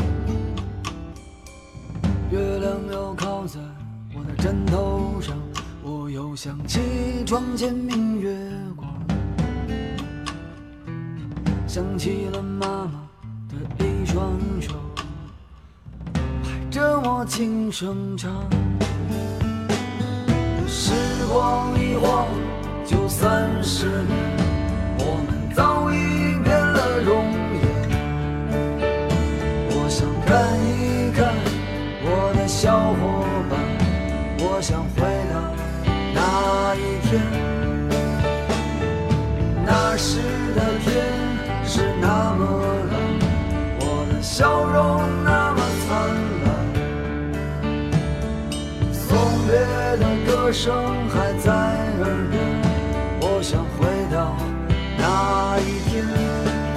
月亮又靠在我的枕头上，我又想起床前明月光。 想起了妈妈的一双手，拍着我轻声唱。时光一晃就三十年，我们早已变了容颜。我想看一看我的小伙伴，我想回到那一天，那时的天是那么蓝，我的笑容那么灿烂，送别的歌声还在耳边，我想回到那一天。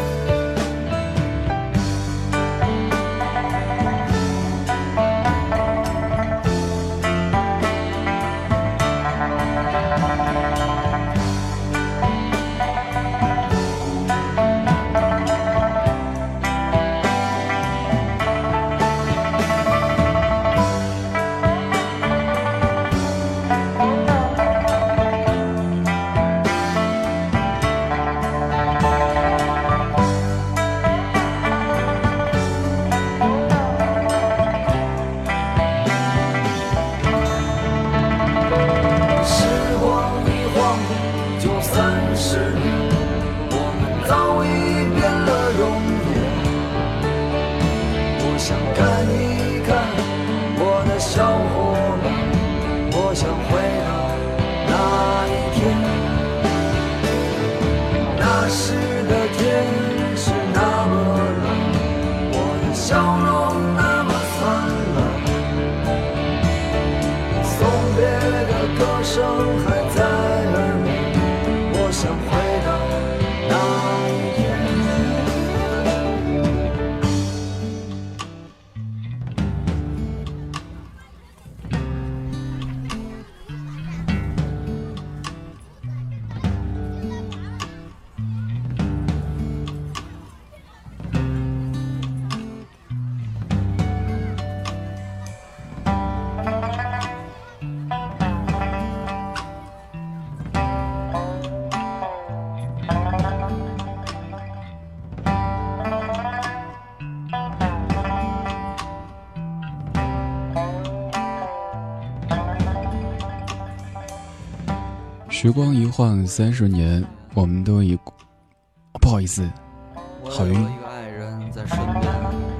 时光一晃三十年，我们都已、哦、不好意思，好晕。 我有一个爱人在身边，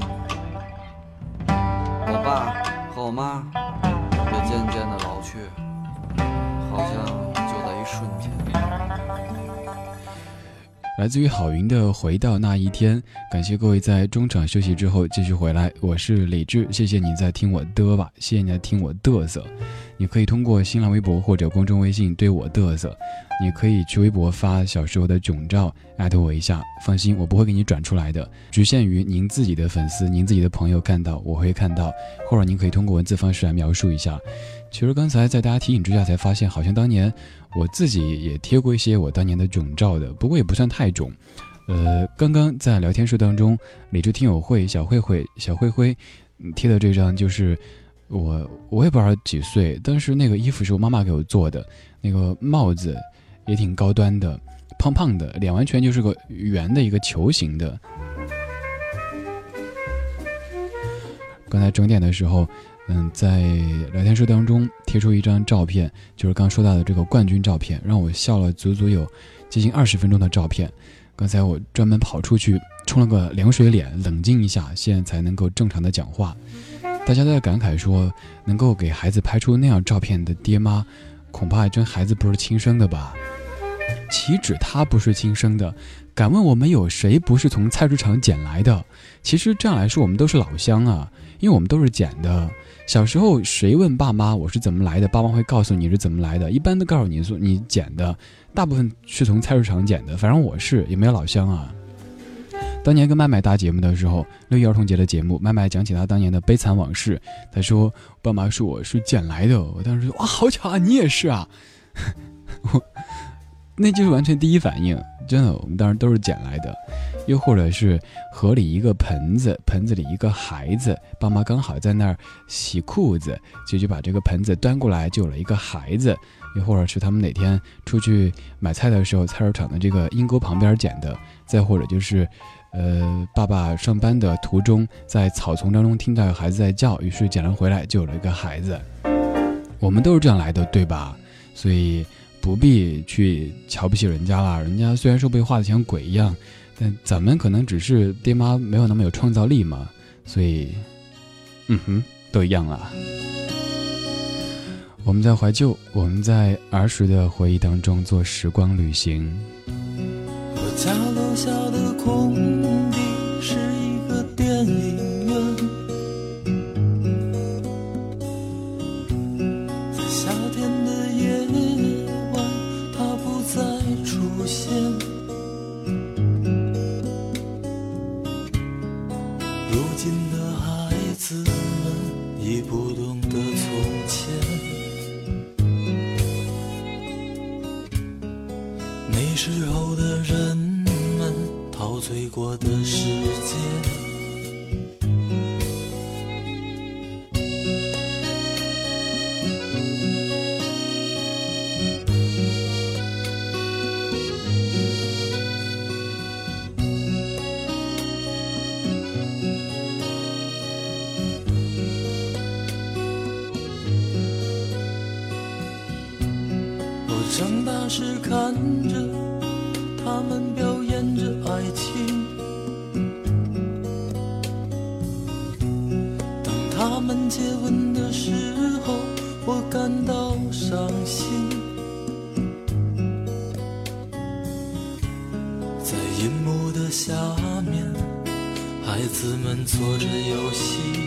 我爸和我妈也渐渐的老去，好像就在一瞬间。 来自于郝云的回到那一天，感谢各位在中场休息之后继续回来，我是李志，谢谢你在听我的吧，谢谢你在听我嘚瑟。你可以通过新浪微博或者公众微信对我嘚瑟，你可以去微博发小时候的囧照艾特我一下，放心我不会给你转出来的，局限于您自己的粉丝您自己的朋友看到我会看到，或者您可以通过文字方式来描述一下。其实刚才在大家提醒之下才发现，好像当年我自己也贴过一些我当年的囧照的，不过也不算太囧。呃，刚刚在聊天室当中，理智听友会小慧慧小灰灰贴的这张就是我我也不知道几岁，但是那个衣服是我妈妈给我做的，那个帽子也挺高端的，胖胖的，脸完全就是个圆的一个球形的。刚才整点的时候嗯，在聊天室当中贴出一张照片，就是刚说到的这个冠军照片，让我笑了足足有接近二十分钟的照片。刚才我专门跑出去冲了个凉水脸，冷静一下，现在才能够正常的讲话。大家都在感慨说，能够给孩子拍出那样照片的爹妈，恐怕真孩子不是亲生的吧？岂止他不是亲生的，敢问我们有谁不是从菜市场捡来的？其实这样来说，我们都是老乡啊，因为我们都是捡的。小时候谁问爸妈我是怎么来的，爸妈会告诉你是怎么来的，一般都告诉你说你捡的，大部分是从菜市场捡的，反正我是也没有老乡啊。当年跟麦麦搭节目的时候，六一儿童节的节目，麦麦讲起他当年的悲惨往事，他说爸妈说我是捡来的，我当时说哇好巧啊，你也是啊。我那就是完全第一反应， 真的，我们当时都是捡来的。又或者是河里一个盆子，盆子里一个孩子，爸妈刚好在那儿洗裤子，就就把这个盆子端过来，就有了一个孩子。又或者是他们哪天出去买菜的时候，菜市场的这个阴沟旁边捡的。再或者就是呃，爸爸上班的途中，在草丛当中听到有孩子在叫，于是捡了回来，就有了一个孩子。我们都是这样来的，对吧？所以不必去瞧不起人家啦，人家虽然说被画得像鬼一样，但咱们可能只是爹妈没有那么有创造力嘛，所以嗯哼，都一样啦。我们在怀旧，我们在儿时的回忆当中做时光旅行。 我家楼下的空地是一个电影院，在夏天的夜晚它不再出现。如今的孩子们已不懂得从前，那时候的人们陶醉过的世界，我长大时看着他们表演着爱情，当他们接吻的时候，我感到伤心。在银幕的下面，孩子们做着游戏，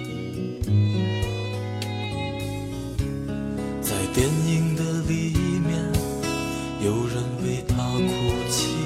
在电影的里面，有人为他哭泣。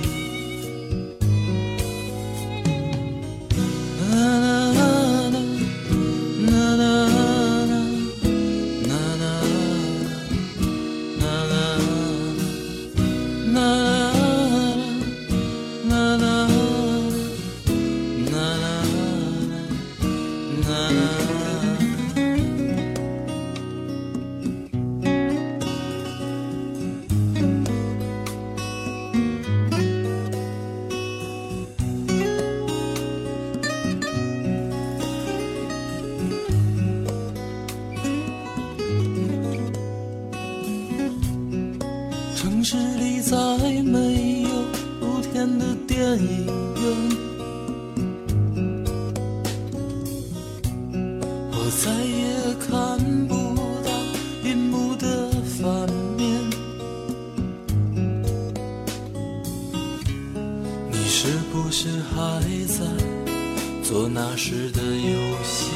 城市里再没有露天的电影院，我再也看不到银幕的反面。你是不是还在做那时的游戏？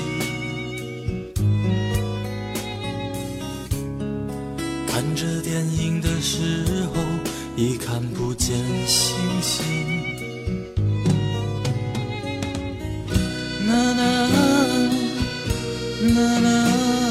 看着电影的时候，已看不见星星。啦啦啦啦。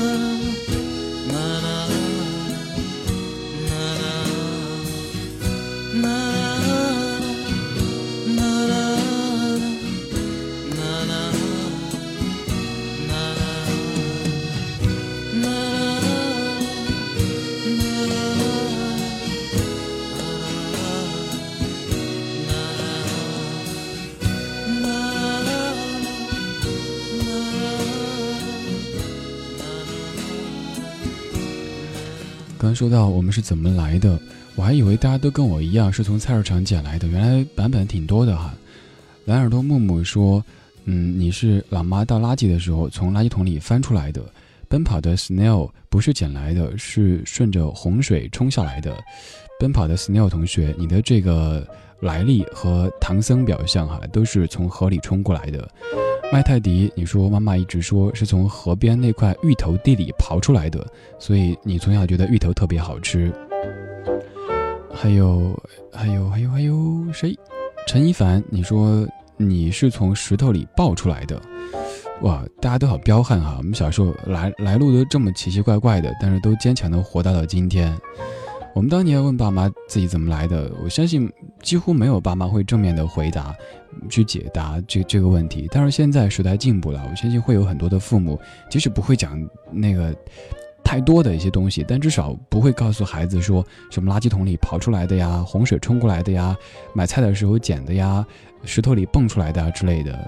刚说到我们是怎么来的，我还以为大家都跟我一样是从菜市场捡来的，原来版本挺多的哈。蓝耳朵木木说，嗯，你是老妈倒垃圾的时候从垃圾桶里翻出来的。奔跑的 Snail 不是捡来的，是顺着洪水冲下来的。奔跑的 Snail 同学，你的这个来历和唐僧表象哈，都是从河里冲过来的。麦泰迪，你说妈妈一直说是从河边那块芋头地里刨出来的，所以你从小觉得芋头特别好吃。还有还有还有还有谁？陈一凡，你说你是从石头里爆出来的。哇，大家都好彪悍哈！我们小时候来来路都这么奇奇怪怪的，但是都坚强的活到了今天。 我们当年问爸妈自己怎么来的，我相信几乎没有爸妈会正面的回答去解答这这个问题。但是现在时代进步了，我相信会有很多的父母，即使不会讲那个太多的一些东西，但至少不会告诉孩子说什么垃圾桶里跑出来的呀，洪水冲过来的呀，买菜的时候捡的呀，石头里蹦出来的之类的。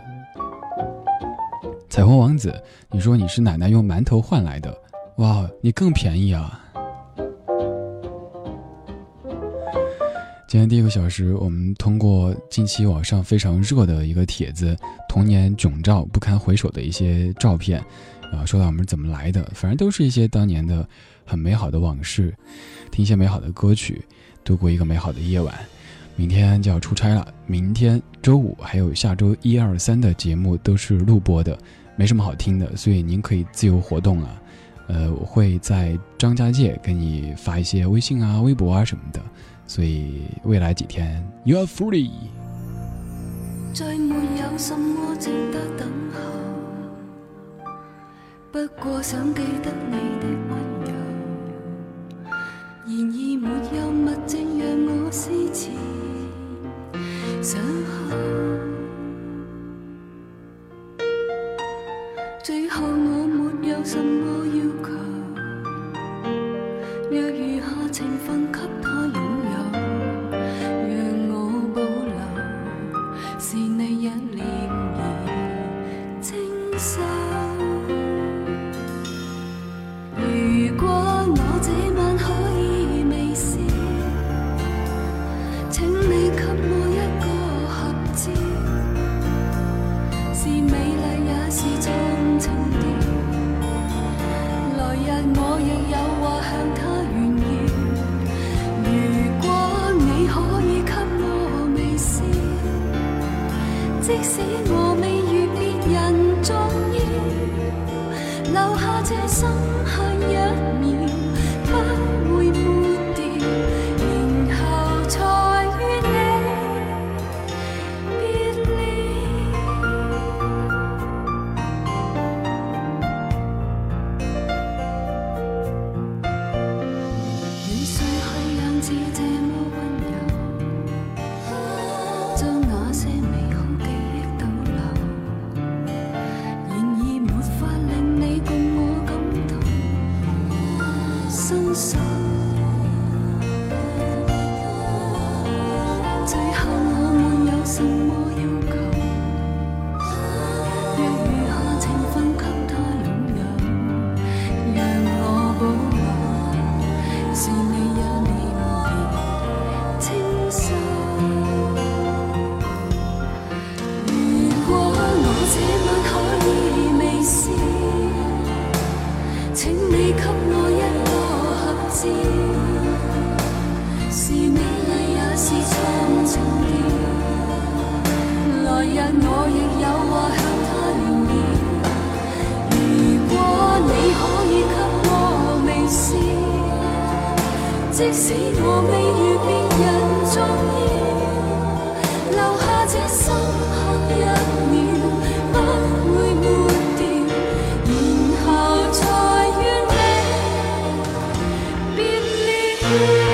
彩虹王子，你说你是奶奶用馒头换来的，哇，你更便宜啊！今天第一个小时，我们通过近期网上非常热的一个帖子，童年囧照不堪回首的一些照片，啊，说到我们怎么来的，反正都是一些当年的很美好的往事，听一些美好的歌曲，度过一个美好的夜晚。明天就要出差了，明天周五还有下周一二三的节目都是录播的，没什么好听的，所以您可以自由活动了。呃，我会在张家界给你发一些微信啊、微博啊什么的，所以未来几天 You are free。 再沒有什麼值得等候，不過想記得你的溫柔，然而沒有物證讓我思前想後，最後我沒有什麼要求，若餘下情分給他擁有，讓我保留，是你一臉而清秀。如果我這晚可以微笑，請你給我一個合照，是美麗也是蒼情調，來日我亦有話向他炫耀。如果你可以給我微笑，即使我未如別人重要，留下這深刻一秒，不會抹掉，然後才與你別了。與誰去樣子這麼溫柔，將那些美好記憶逗留，然而沒法令你共我感同身受。最後我沒有什麼要求，若餘下情分給他擁有，讓我保留，是你一臉而清秀。如果我這晚可以微笑，請你給我一個合照，是美麗也是蒼情調，來日我亦有話向他炫耀。如果你可以給我微笑，即使我未如別人重要，留下這深刻一秒，不會抹掉，然後才與你別了。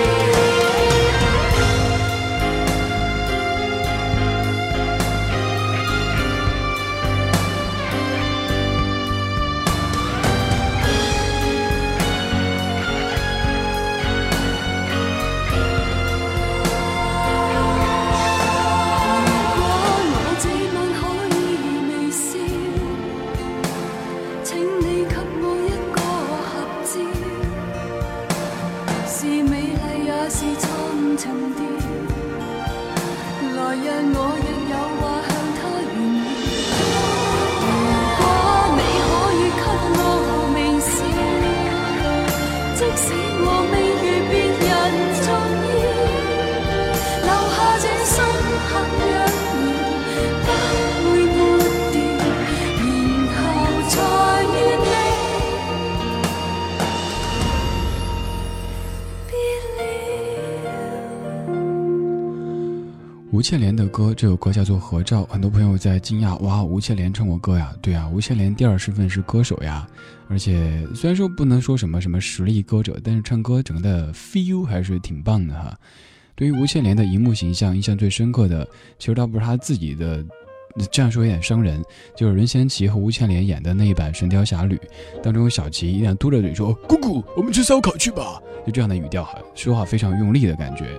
吴倩莲的歌，这首歌叫做《合照》，很多朋友在惊讶，哇，吴倩莲唱过歌呀？对啊，吴倩莲第二身份是歌手呀，而且虽然说不能说什么什么实力歌者，但是唱歌整个的 feel 还是挺棒的哈。对于吴倩莲的荧幕形象，印象最深刻的，其实倒不是她自己的，这样说有点伤人，就是任贤齐和吴倩莲演的那一版《神雕侠侣》当中，小齐一定要嘟着嘴说：“姑姑，我们吃烧烤去吧。”就这样的语调，说话非常用力的感觉。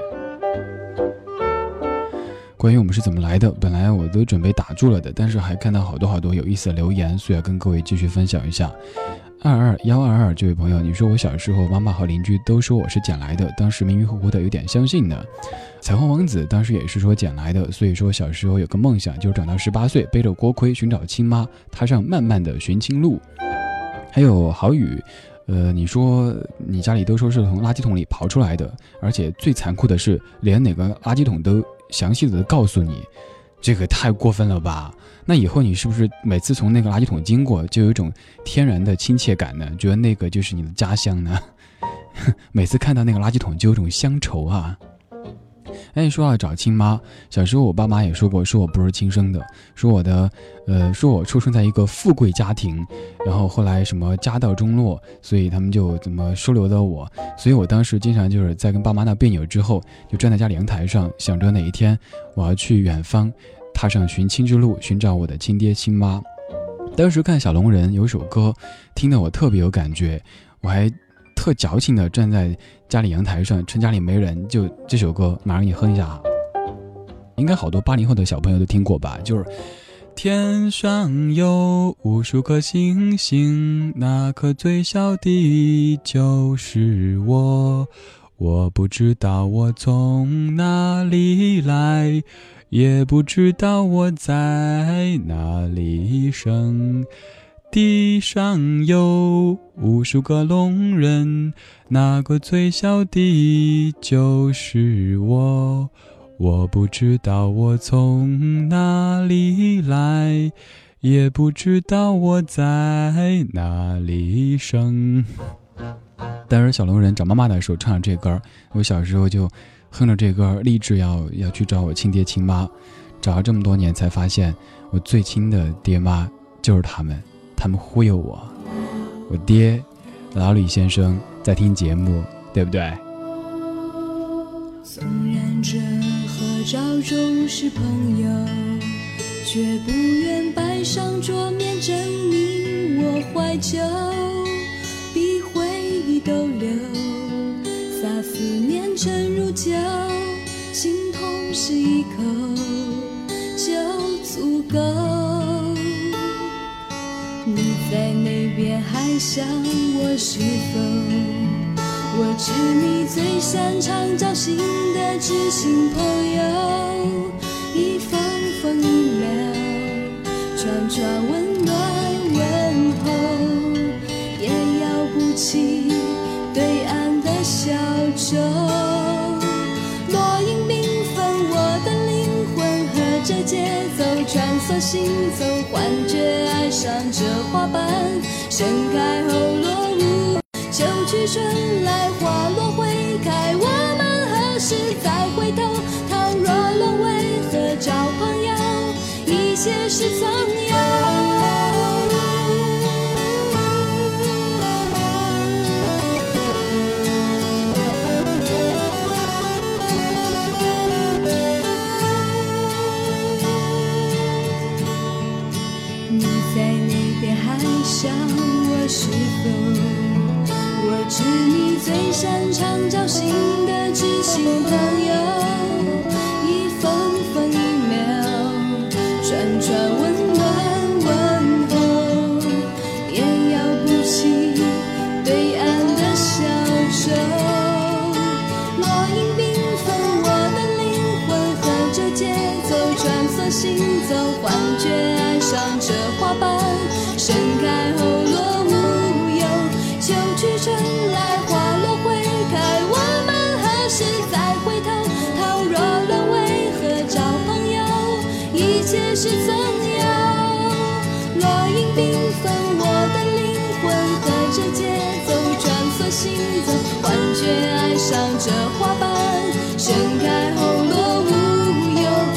关于我们是怎么来的，本来我都准备打住了的，但是还看到好多好多有意思的留言，所以要跟各位继续分享一下。二二幺二二这位朋友，你说我小时候妈妈和邻居都说我是捡来的，当时迷迷糊糊的有点相信呢。彩虹王子当时也是说捡来的，所以说小时候有个梦想，就是长到十八岁背着锅盔寻找亲妈，踏上漫漫的寻亲路。还有郝宇，呃，你说你家里都说是从垃圾桶里刨出来的，而且最残酷的是连哪个垃圾桶都详细的告诉你，这个太过分了吧？那以后你是不是每次从那个垃圾桶经过，就有一种天然的亲切感呢？觉得那个就是你的家乡呢？每次看到那个垃圾桶就有种乡愁啊。哎，说到找亲妈，小时候我爸妈也说过，说我不是亲生的，说我的，呃，说我出生在一个富贵家庭，然后后来什么家道中落，所以他们就怎么收留了我。所以我当时经常就是在跟爸妈闹别扭之后，就站在家里阳台上，想着哪一天我要去远方，踏上寻亲之路，寻找我的亲爹亲妈。当时看小龙人有首歌，听得我特别有感觉，我还特矫情的站在家里阳台上，趁家里没人，就这首歌马上你哼一下，应该好多八零后的小朋友都听过吧，就是天上有无数颗星星，那颗最小的就是我，我不知道我从哪里来，也不知道我在哪里生，地上有无数个聋人，那个最小的就是我，我不知道我从哪里来，也不知道我在哪里生。当时小龙人找妈妈的时候唱了这歌，我小时候就哼着这歌，立志要要去找我亲爹亲妈。找了这么多年才发现，我最亲的爹妈就是他们，他们忽悠我。我爹老李先生在听节目，对不对？ 纵然这合照中是朋友，却不愿摆上桌面证明我怀旧，比回忆逗留，洒思念沉如酒，心痛是一口就足够。你在那边还想我是否？我知你最擅长交心的知心朋友，一分分一秒串串温暖问候，也要不起对岸的小舟。落英缤纷，我的灵魂和着节奏穿梭行走，幻觉爱上这花瓣，盛开后落幕，秋去春来，花落会开，我们何时再回头？倘若沦为合照朋友，一切是曾有。你在那边还想我是否？我知你最擅长交心的知心朋友，一分分一秒串串温暖问候，也要不起对岸的小舟。落英缤纷，我的灵魂和着节奏穿梭行走，幻觉爱上这花瓣，盛开后落幕有秋去春来，花落会开，我们何时再回头？倘若沦为合照朋友，一切是曾有。落英缤纷，我的灵魂和着节奏穿梭行走，幻觉爱上这花瓣，盛开后落幕有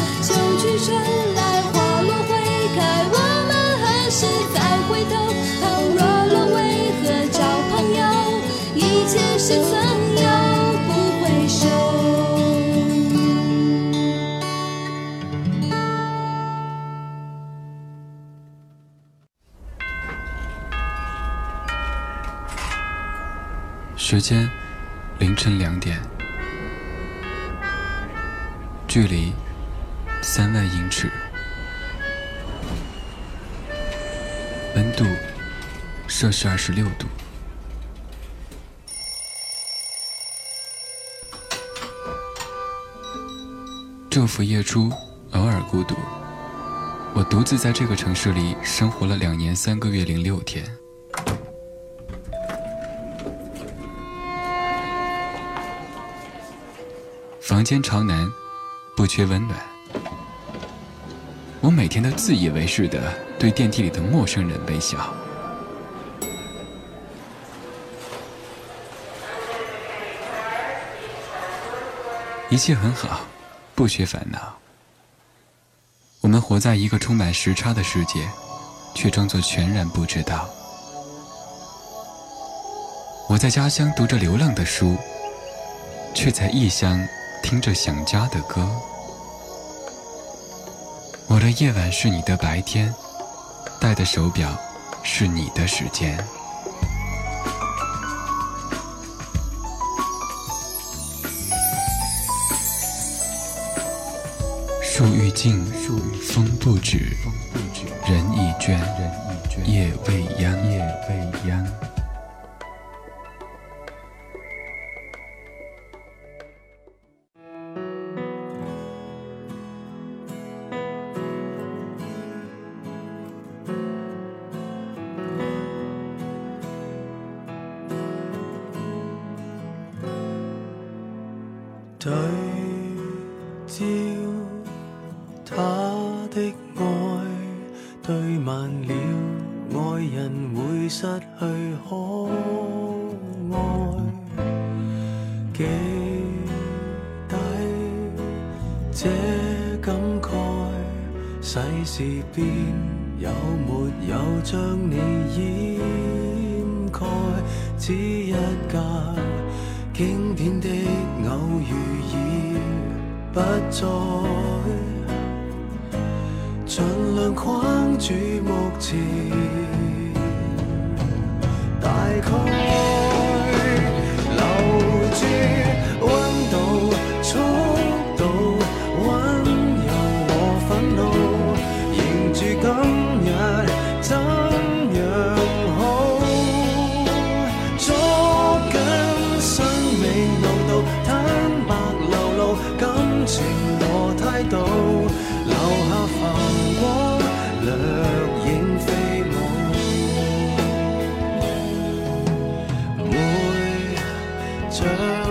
时间凌晨两点，距离三万英尺，温度摄氏二十六度。昼伏夜出，偶尔孤独。我独自在这个城市里生活了两年三个月零六天。房间朝南，不缺温暖。我每天都自以为是地对电梯里的陌生人微笑。一切很好，不缺烦恼。我们活在一个充满时差的世界，却装作全然不知道。我在家乡读着流浪的书，却在异乡听着想家的歌。我的夜晚是你的白天，戴的手表是你的时间。树欲静，风不止，人已倦，夜未央，夜未央。 對焦他的愛，對慢了，愛人會失去可愛。記低這感慨，世事變，有沒有將你掩蓋？只一架經典的偶遇已不再，盡量框住目前，大概留住溫度、速度、溫柔和憤怒，迎住今日怎樣好，捉緊生命濃度，坦白流露感情和態度，留下浮光掠影飛舞，每張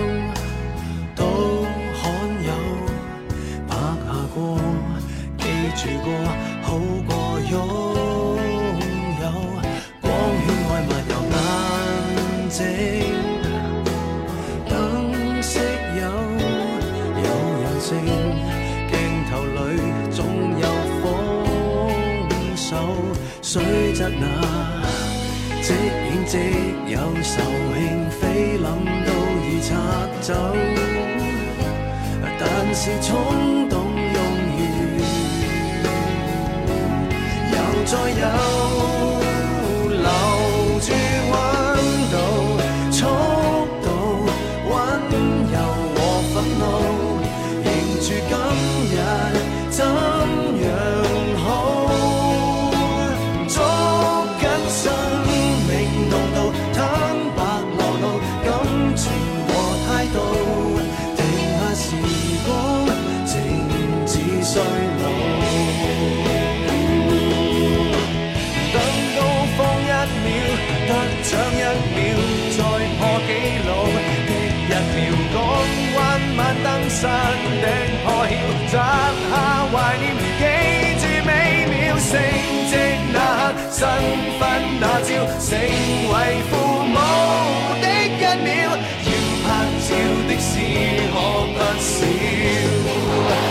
都罕有，拍下過，記住過，好過擁有，光圈愛漫遊眼睛，燈色有有人性，鏡頭裏總有豐收，雖則那即影即有仇興，菲林都已拆走，但是衝動用完，又再有留住溫度、速度、溫柔和憤怒，迎住今日怎樣好，捉緊生命濃度，坦白流露感情和態度，停下時光，靜止衰老。等高峰一秒，得獎一秒，再破紀錄的一秒，港灣晚燈山頂破曉，摘下懷念，記住美妙成績那刻，新婚那朝，成為父母的一秒，要拍照的事可不少。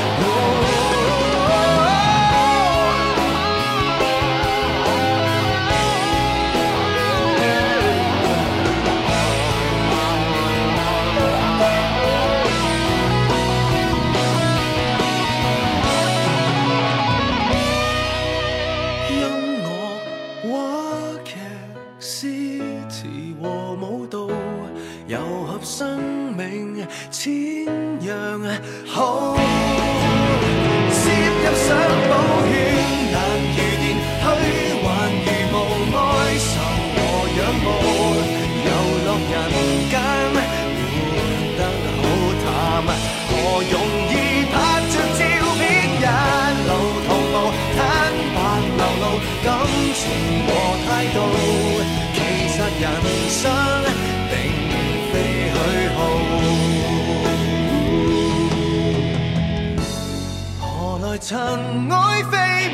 有態度。其實人生並非虛耗，何來塵埃飛舞？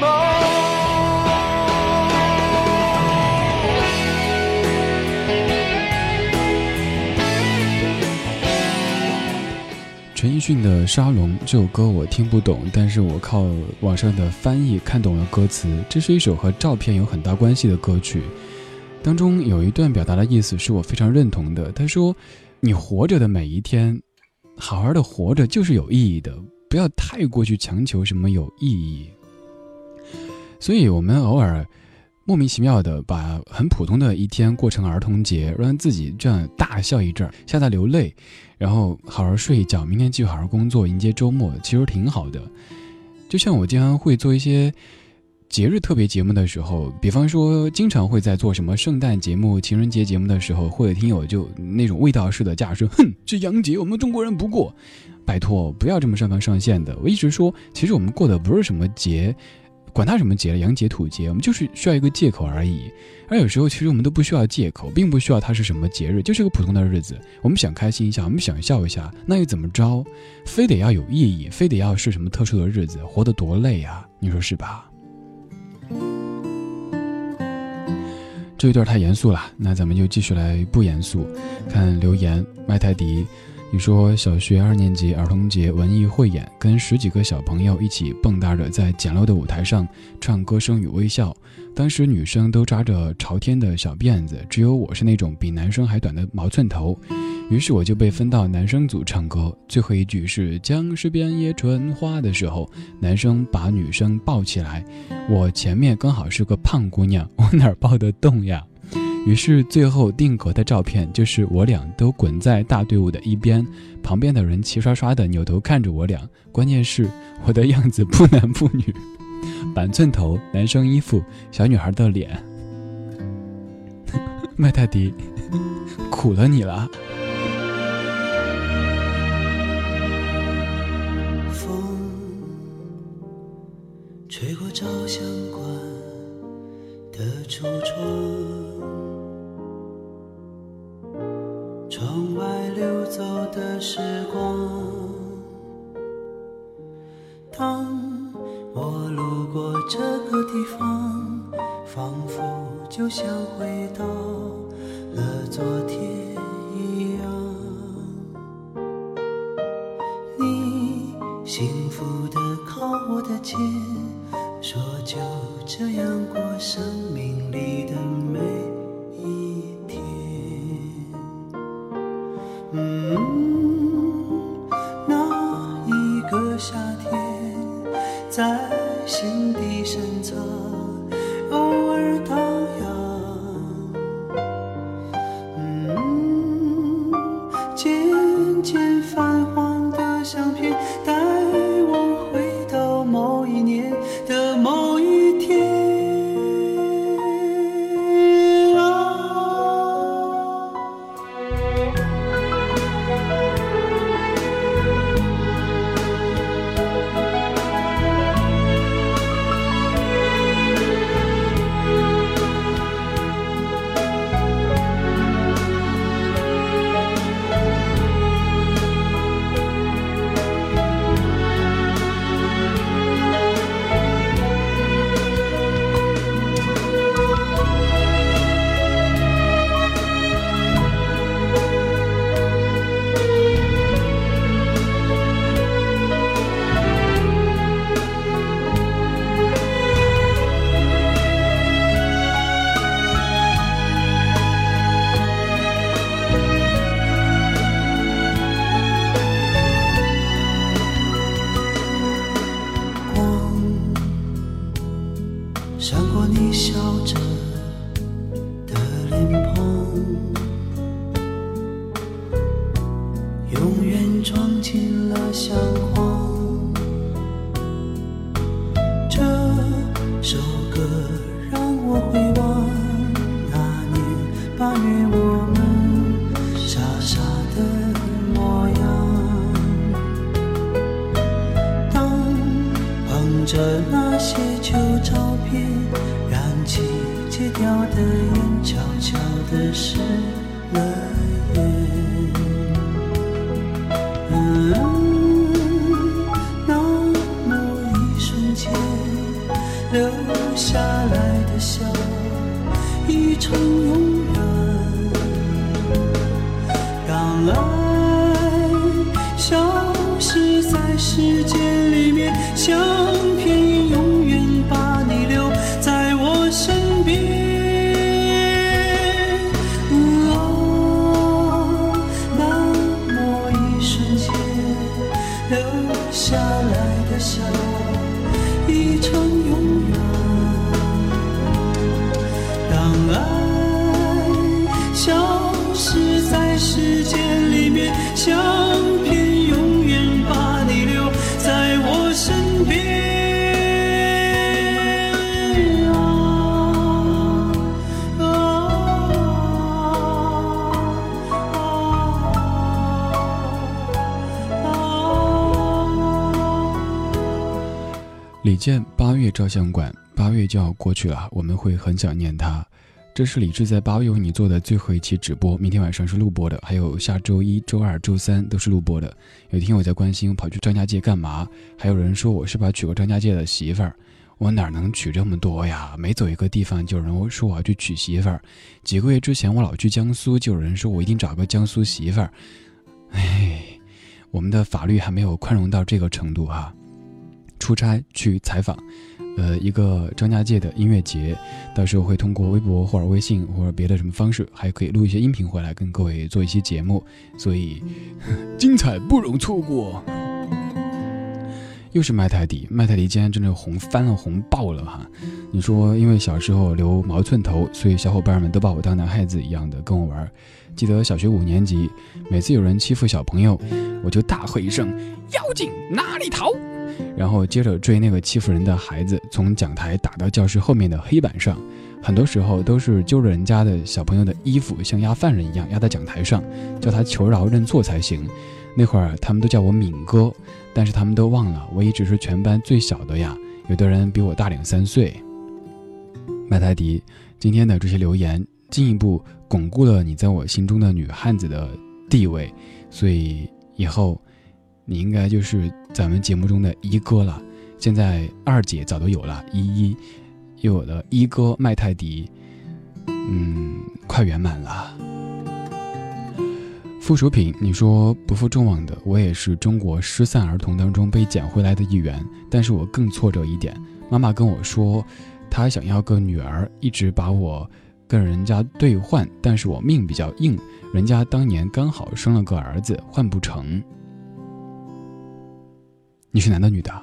陈奕迅的《沙龙》这首歌我听不懂，但是我靠网上的翻译看懂了歌词。这是一首和照片有很大关系的歌曲，当中有一段表达的意思是我非常认同的。他说，你活着的每一天，好好的活着就是有意义的，不要太过去强求什么有意义。所以我们偶尔莫名其妙的把很普通的一天过成儿童节，让自己这样大笑一阵，笑到流泪，然后好好睡一觉，明天继续好好工作，迎接周末，其实挺好的。就像我经常会做一些节日特别节目的时候，比方说经常会在做什么圣诞节目、情人节节目的时候，会有听友就那种味道式的架势，哼，这洋节我们中国人不过，拜托不要这么上纲上线的。我一直说，其实我们过的不是什么节，管它什么节了，洋节土节，我们就是需要一个借口而已。而有时候其实我们都不需要借口，并不需要它是什么节日，就是个普通的日子，我们想开心一下，我们想笑一下，那又怎么着？非得要有意义，非得要是什么特殊的日子，活得多累啊，你说是吧？这一段太严肃了，那咱们就继续来不严肃。看留言，麦泰迪，你说小学二年级儿童节文艺汇演，跟十几个小朋友一起蹦跶着在简陋的舞台上唱《歌声与微笑》。当时女生都扎着朝天的小辫子，只有我是那种比男生还短的毛寸头。于是我就被分到男生组唱歌，最后一句是将士遍野春花的时候，男生把女生抱起来，我前面刚好是个胖姑娘，我哪儿抱得动呀？于是最后定格的照片就是我俩都滚在大队伍的一边，旁边的人齐刷刷的扭头看着我俩，关键是我的样子不男不女，板寸头，男生衣服，小女孩的脸。麦泰迪，苦了你了。 风吹过照相馆的橱窗，窗外流走的时光。当我路过这个地方，仿佛就像回到了昨天一样。你幸福地靠我的肩，说就这样过生命里的每一天。嗯，那一个夏天在心底深藏，偶尔荡漾。嗯，渐渐泛黄的相片带我回到某一年的某一天。闪过你笑着的脸庞，永远装进了相框。这首歌让我回望那年八月我们傻傻的模样。当旁着那些旧照片，燃起戒掉的烟，悄悄地失了烟。嗯，那么一瞬间留下来的笑，已成永远。让爱消失在时间里面，像片云永远把你留在我身边。哦，那么一瞬间留下来的笑，已成永远。当爱消失在时间里面，像片永远把你留在我身边。 李健八月照相馆，八月就要过去了，我们会很想念他。这是李志在八月为你做的最后一期直播，明天晚上是录播的，还有下周一、周二、周三都是录播的。有听友在关心我跑去张家界干嘛，还有人说我是不是娶过张家界的媳妇儿。我哪能娶这么多呀？每走一个地方就有人说我要去娶媳妇儿。几个月之前我老去江苏，就有人说我一定找个江苏媳妇儿。哎，我们的法律还没有宽容到这个程度哈。出差去采访呃，一个张家界的音乐节，到时候会通过微博或者微信或者别的什么方式，还可以录一些音频回来跟各位做一些节目，所以精彩不容错过。又是麦泰迪，麦泰迪今天真的红翻了，红爆了哈！你说因为小时候留毛寸头，所以小伙伴们都把我当男孩子一样的跟我玩。记得小学五年级，每次有人欺负小朋友，我就大喝一声妖精哪里逃，然后接着追那个欺负人的孩子，从讲台打到教室后面的黑板上。很多时候都是揪着人家的小朋友的衣服，像压犯人一样压在讲台上，叫他求饶认错才行。那会儿他们都叫我敏哥，但是他们都忘了我一直是全班最小的呀，有的人比我大两三岁。麦泰迪，今天的这些留言进一步巩固了你在我心中的女汉子的地位，所以以后你应该就是咱们节目中的一哥了。现在二姐早都有了依依，又有了一哥麦泰迪，嗯，快圆满了。附属品，你说不负众望的，我也是中国失散儿童当中被捡回来的一员，但是我更挫折一点。妈妈跟我说，她想要个女儿，一直把我跟人家兑换，但是我命比较硬，人家当年刚好生了个儿子，换不成。你是男的女的？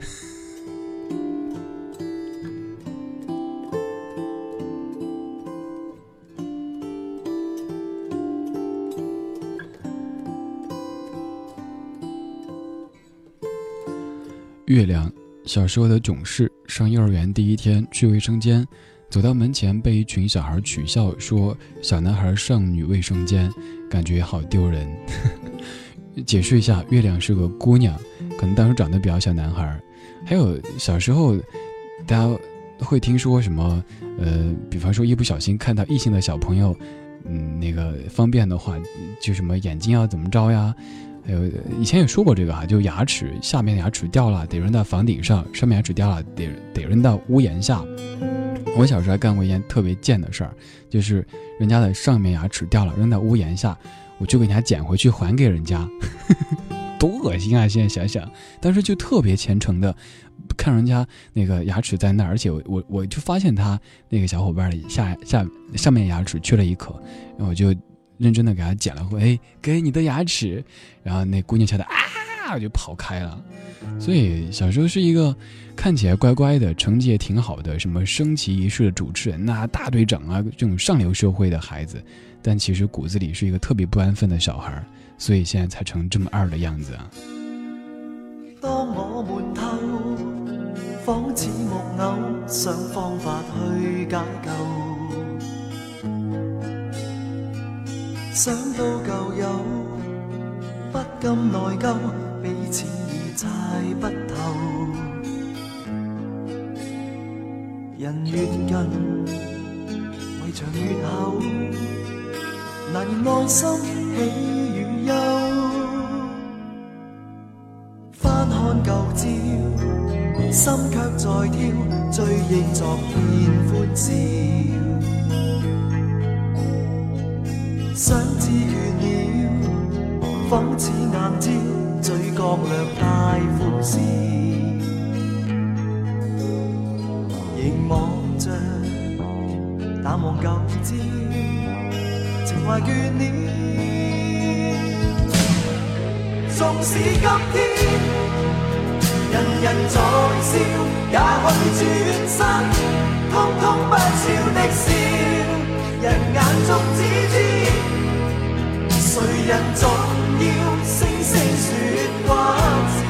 月亮，小时候的囧事，上幼儿园第一天去卫生间，走到门前被一群小孩取笑说小男孩上女卫生间，感觉好丢人。解释一下，月亮是个姑娘，可能当时长得比较像男孩。还有小时候大家会听说什么呃，比方说一不小心看到异性的小朋友，嗯，那个方便的话就什么眼睛要怎么着呀，还有以前也说过这个哈，就牙齿下面牙齿掉了得扔到房顶上，上面牙齿掉了得得扔到屋檐下。我小时候还干过一件特别贱的事儿，就是人家的上面牙齿掉了扔到屋檐下，我就给人家捡回去还给人家。多恶心啊！现在想想，当时就特别虔诚的看人家那个牙齿在那儿，而且我我我就发现他那个小伙伴的下下上面牙齿缺了一颗，然后我就认真的给他捡了回，哎，给你的牙齿，然后那姑娘吓得啊，就跑开了。所以小时候是一个看起来乖乖的，成绩也挺好的，什么升旗仪式的主持人呐、大队长啊，这种上流社会的孩子，但其实骨子里是一个特别不安分的小孩，所以现在才成这么二的样子啊。 當我們透，仿似木偶，想方法去解救。想到舊友，不禁內疚，彼此已猜不透。 人越近，围牆越厚，難言內心喜與憂。翻看舊照，心卻在跳，追憶昨天歡笑。想知倦了，仿似硬招，嘴角略帶苦笑。凝望着，淡忘舊照，情懷倦了。縱使今天人人在笑，也許轉身，通通不笑的笑，人眼中只知，誰人總要聲聲說話字。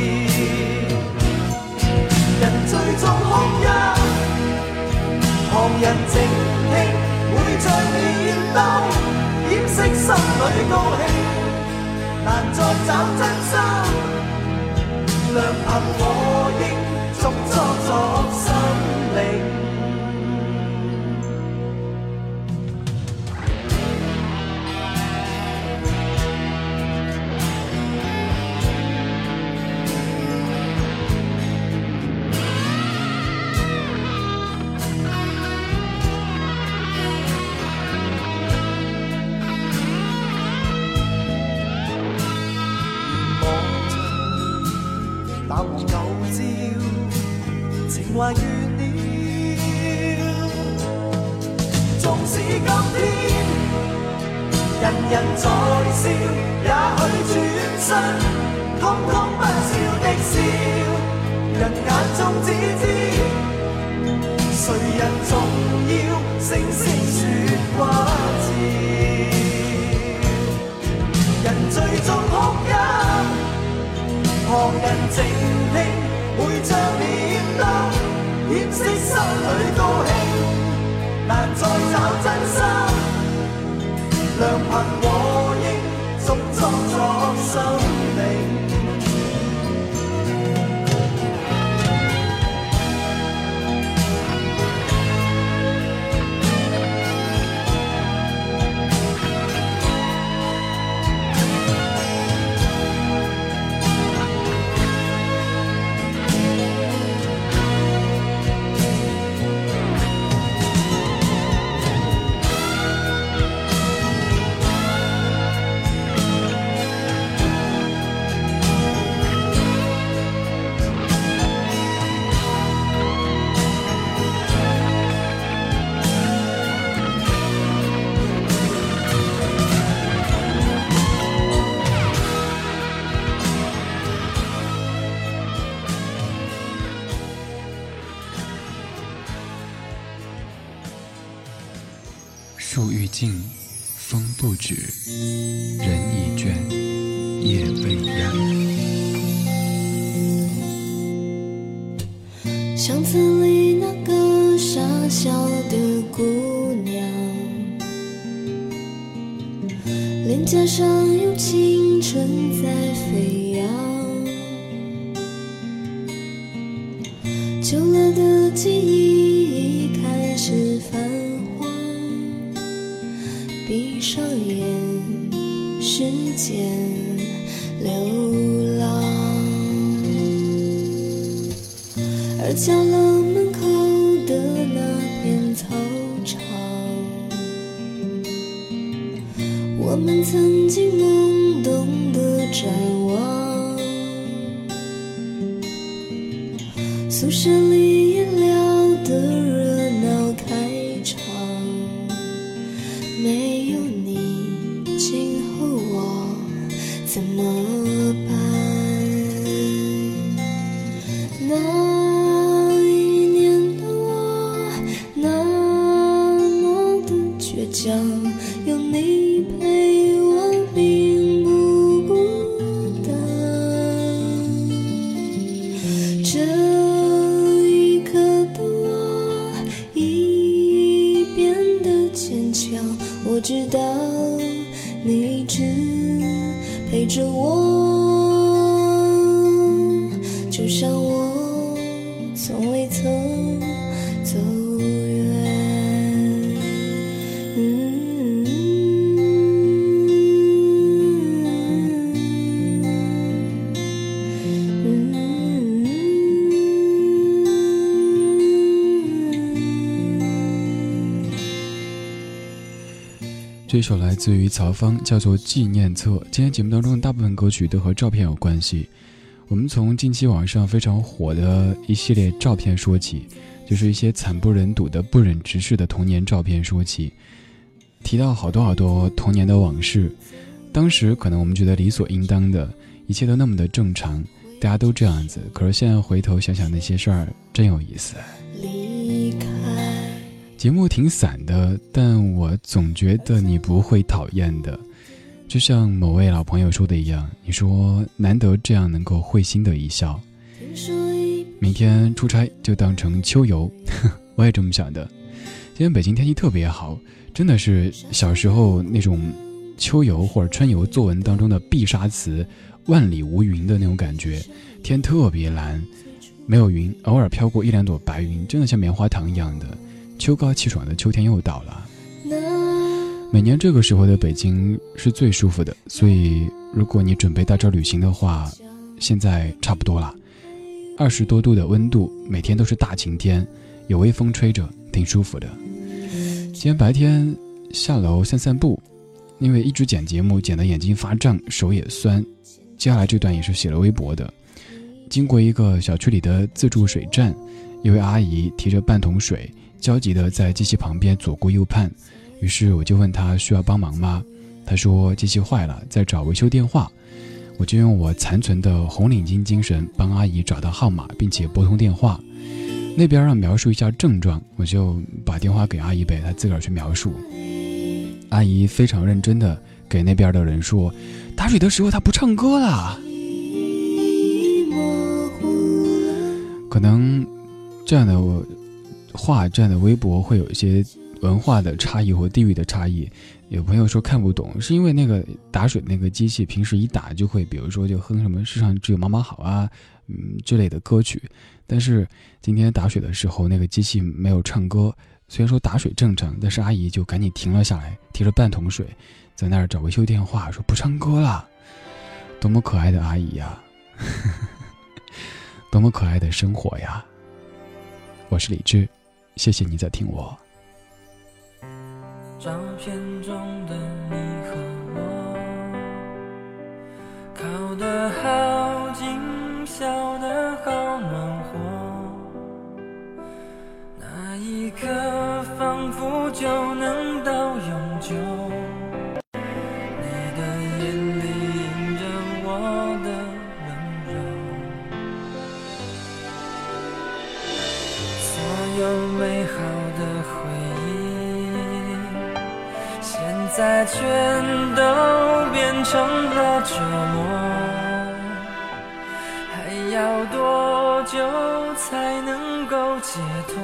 人最終哭泣，旁人靜聽，每張臉都掩飾心裏高興，難再找真心。良憑我應逐作作心領。懷倦了，縱使今天人人在笑，也許轉身，通通不笑的笑，人眼中只知，誰人總要聲聲說話字。人最終哭泣，旁人靜聽，每張臉都掩飾心裏高興，難再找真心。良憑我應逐作作心領。 树欲静，风不止，人已倦，夜未央。 巷子里那个傻笑的姑娘，脸颊上有青春在飞扬，旧了的记忆已开始泛黄，闭上眼，时间流浪。而家楼门口的那片操场，我们曾经懵懂地展望，宿舍里颜料的热闹开场，没有你，今后我怎么办？那一年的我那么的倔强，有你陪我并不孤单。这一刻的我已变得坚强，我知道你一直陪着我，就像我从未曾走远。嗯这首来自于曹芳，叫做《纪念册》。今天节目当中的大部分歌曲都和照片有关系。我们从近期网上非常火的一系列照片说起，就是一些惨不忍睹的不忍直视的童年照片说起，提到好多好多童年的往事。当时可能我们觉得理所应当的，一切都那么的正常，大家都这样子。可是现在回头想想那些事儿，真有意思。 离开。 节目挺散的，但我总觉得你不会讨厌的。就像某位老朋友说的一样，你说难得这样能够会心的一笑。明天出差就当成秋游，我也这么想的。今天北京天气特别好，真的是小时候那种秋游或者春游作文当中的必杀词，万里无云的那种感觉。天特别蓝，没有云，偶尔飘过一两朵白云，真的像棉花糖一样的。秋高气爽的秋天又到了。每年这个时候的北京是最舒服的，所以如果你准备到这儿旅行的话，现在差不多了。二十多度的温度，每天都是大晴天，有微风吹着，挺舒服的。今天白天下楼散散步，因为一直剪节目，剪得眼睛发胀，手也酸。接下来这段也是写了微博的。经过一个小区里的自助水站，一位阿姨提着半桶水，焦急地在机器旁边左顾右盼。于是我就问她需要帮忙吗？她说机器坏了，在找维修电话。我就用我残存的红领巾精神帮阿姨找到号码，并且拨通电话。那边让描述一下症状，我就把电话给阿姨呗，她自个儿去描述。阿姨非常认真地给那边的人说，打水的时候她不唱歌了。可能这样的话，这样的微博会有一些文化的差异或地域的差异。有朋友说看不懂，是因为那个打水那个机器平时一打就会，比如说就哼什么世上只有妈妈好啊，嗯之类的歌曲。但是今天打水的时候，那个机器没有唱歌，虽然说打水正常，但是阿姨就赶紧停了下来，提了半桶水，在那儿找维修电话，说不唱歌了。多么可爱的阿姨呀！多么可爱的生活呀！我是李志，谢谢你在听我。 照片中的你和我，靠得好近，笑得好暖和，那一刻仿佛就能到永久。你的眼里映着我的温柔，所有美好的回忆现在全都变成了折磨，还要多久才能够解脱？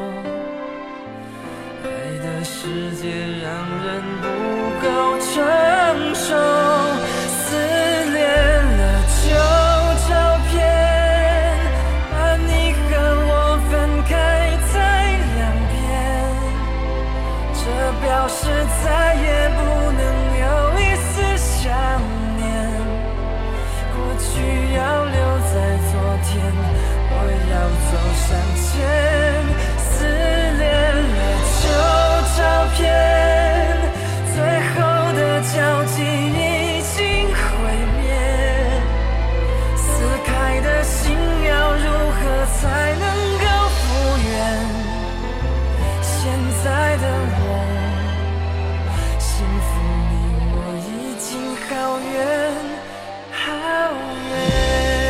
爱的世界让人不够承受，撕裂了旧照片，把你和我分开在两边，这表示再也不能有一丝想念。过去要留在昨天，我要走向前，撕裂了旧照片，最后的交集已经毁灭，撕开的心要如何才能够复原？现在的我，幸福离我已经好远好远。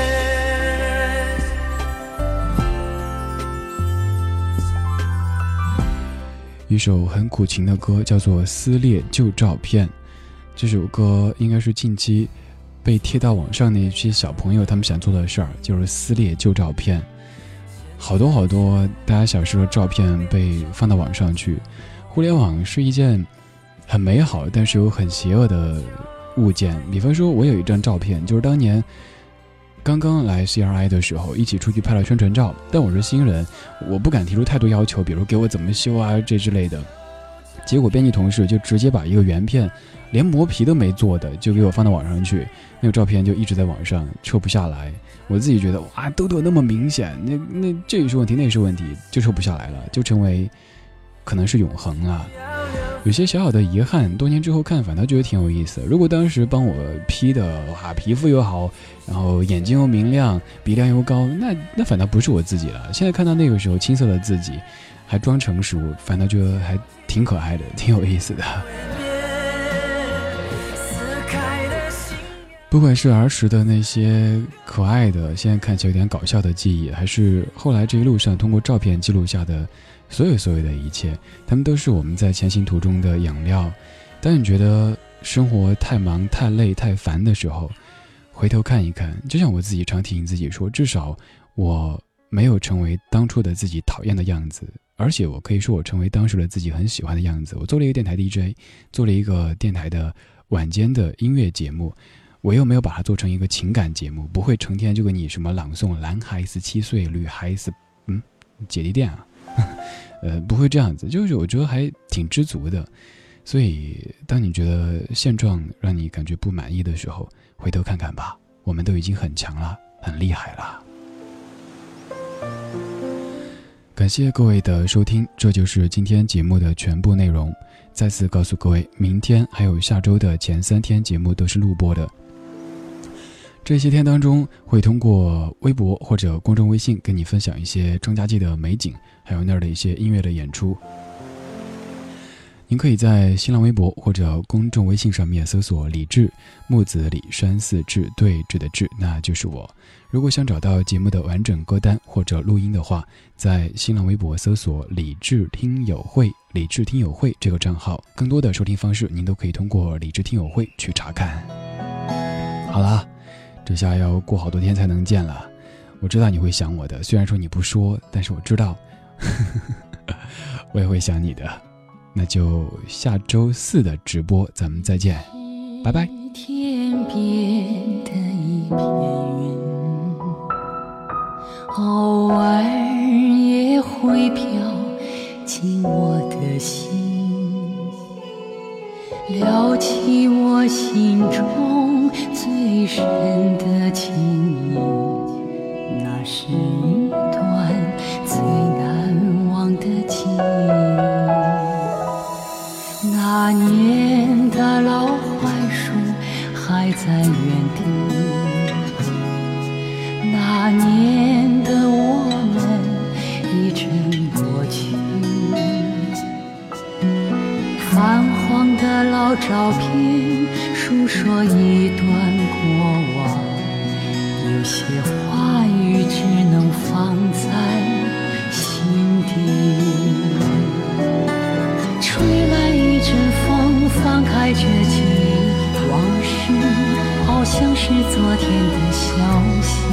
一首很苦情的歌叫做《撕裂旧照片》，这首歌应该是近期被贴到网上的一些小朋友他们想做的事儿，就是撕裂旧照片。好多好多大家小时候的照片被放到网上去。互联网是一件很美好但是又很邪恶的物件。比方说我有一张照片，就是当年刚刚来 C R I 的时候，一起出去拍了宣传照，但我是新人，我不敢提出太多要求，比如给我怎么修啊这之类的。结果编辑同事就直接把一个原片连磨皮都没做的就给我放到网上去，那个照片就一直在网上撤不下来。我自己觉得哇，痘痘那么明显，那那这也是问题，那也是问题，就撤不下来了，就成为可能是永恒了。有些小小的遗憾，多年之后看反倒觉得挺有意思的。如果当时帮我 P 的哇，皮肤又好，然后眼睛又明亮，鼻梁又高，那那反倒不是我自己了。现在看到那个时候青涩的自己还装成熟，反倒觉得还挺可爱的，挺有意思的。不管是儿时的那些可爱的，现在看起来有点搞笑的记忆，还是后来这一路上通过照片记录下的所有所有的一切，他们都是我们在前行途中的养料。当你觉得生活太忙太累太烦的时候，回头看一看，就像我自己常提醒自己说，至少我没有成为当初的自己讨厌的样子，而且我可以说我成为当时的自己很喜欢的样子。我做了一个电台 D J， 做了一个电台的晚间的音乐节目，我又没有把它做成一个情感节目，不会成天就跟你什么朗诵男孩子七岁女孩子嗯姐弟恋啊呃，不会这样子，就是我觉得还挺知足的。所以当你觉得现状让你感觉不满意的时候，回头看看吧，我们都已经很强了，很厉害了。感谢各位的收听，这就是今天节目的全部内容。再次告诉各位，明天还有下周的前三天节目都是录播的。这些天当中会通过微博或者公众微信跟你分享一些张家界的美景，还有那儿的一些音乐的演出。您可以在新浪微博或者公众微信上面搜索李志，木子李山寺志对峙的志，那就是我。如果想找到节目的完整歌单或者录音的话，在新浪微博搜索李志听友会，李志听友会这个账号，更多的收听方式您都可以通过李志听友会去查看。好啦，这下要过好多天才能见了，我知道你会想我的，虽然说你不说，但是我知道我也会想你的。那就下周四的直播咱们再见，拜拜。 天边的一片云，偶尔也会飘进我的心，撩起我心中最深的情谊，那是一段最难忘的记忆。那年的老槐树还在原地，那年的我们已真过去，泛黄的老照片述说一段过往，有些话语只能放在心底。吹来一阵风，放开这记忆，往事好像是昨天的消息。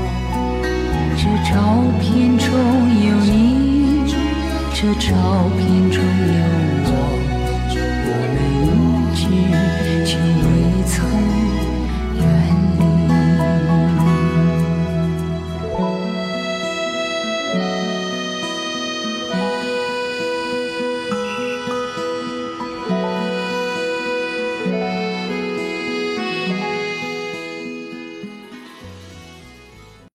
这照片中有你，这照片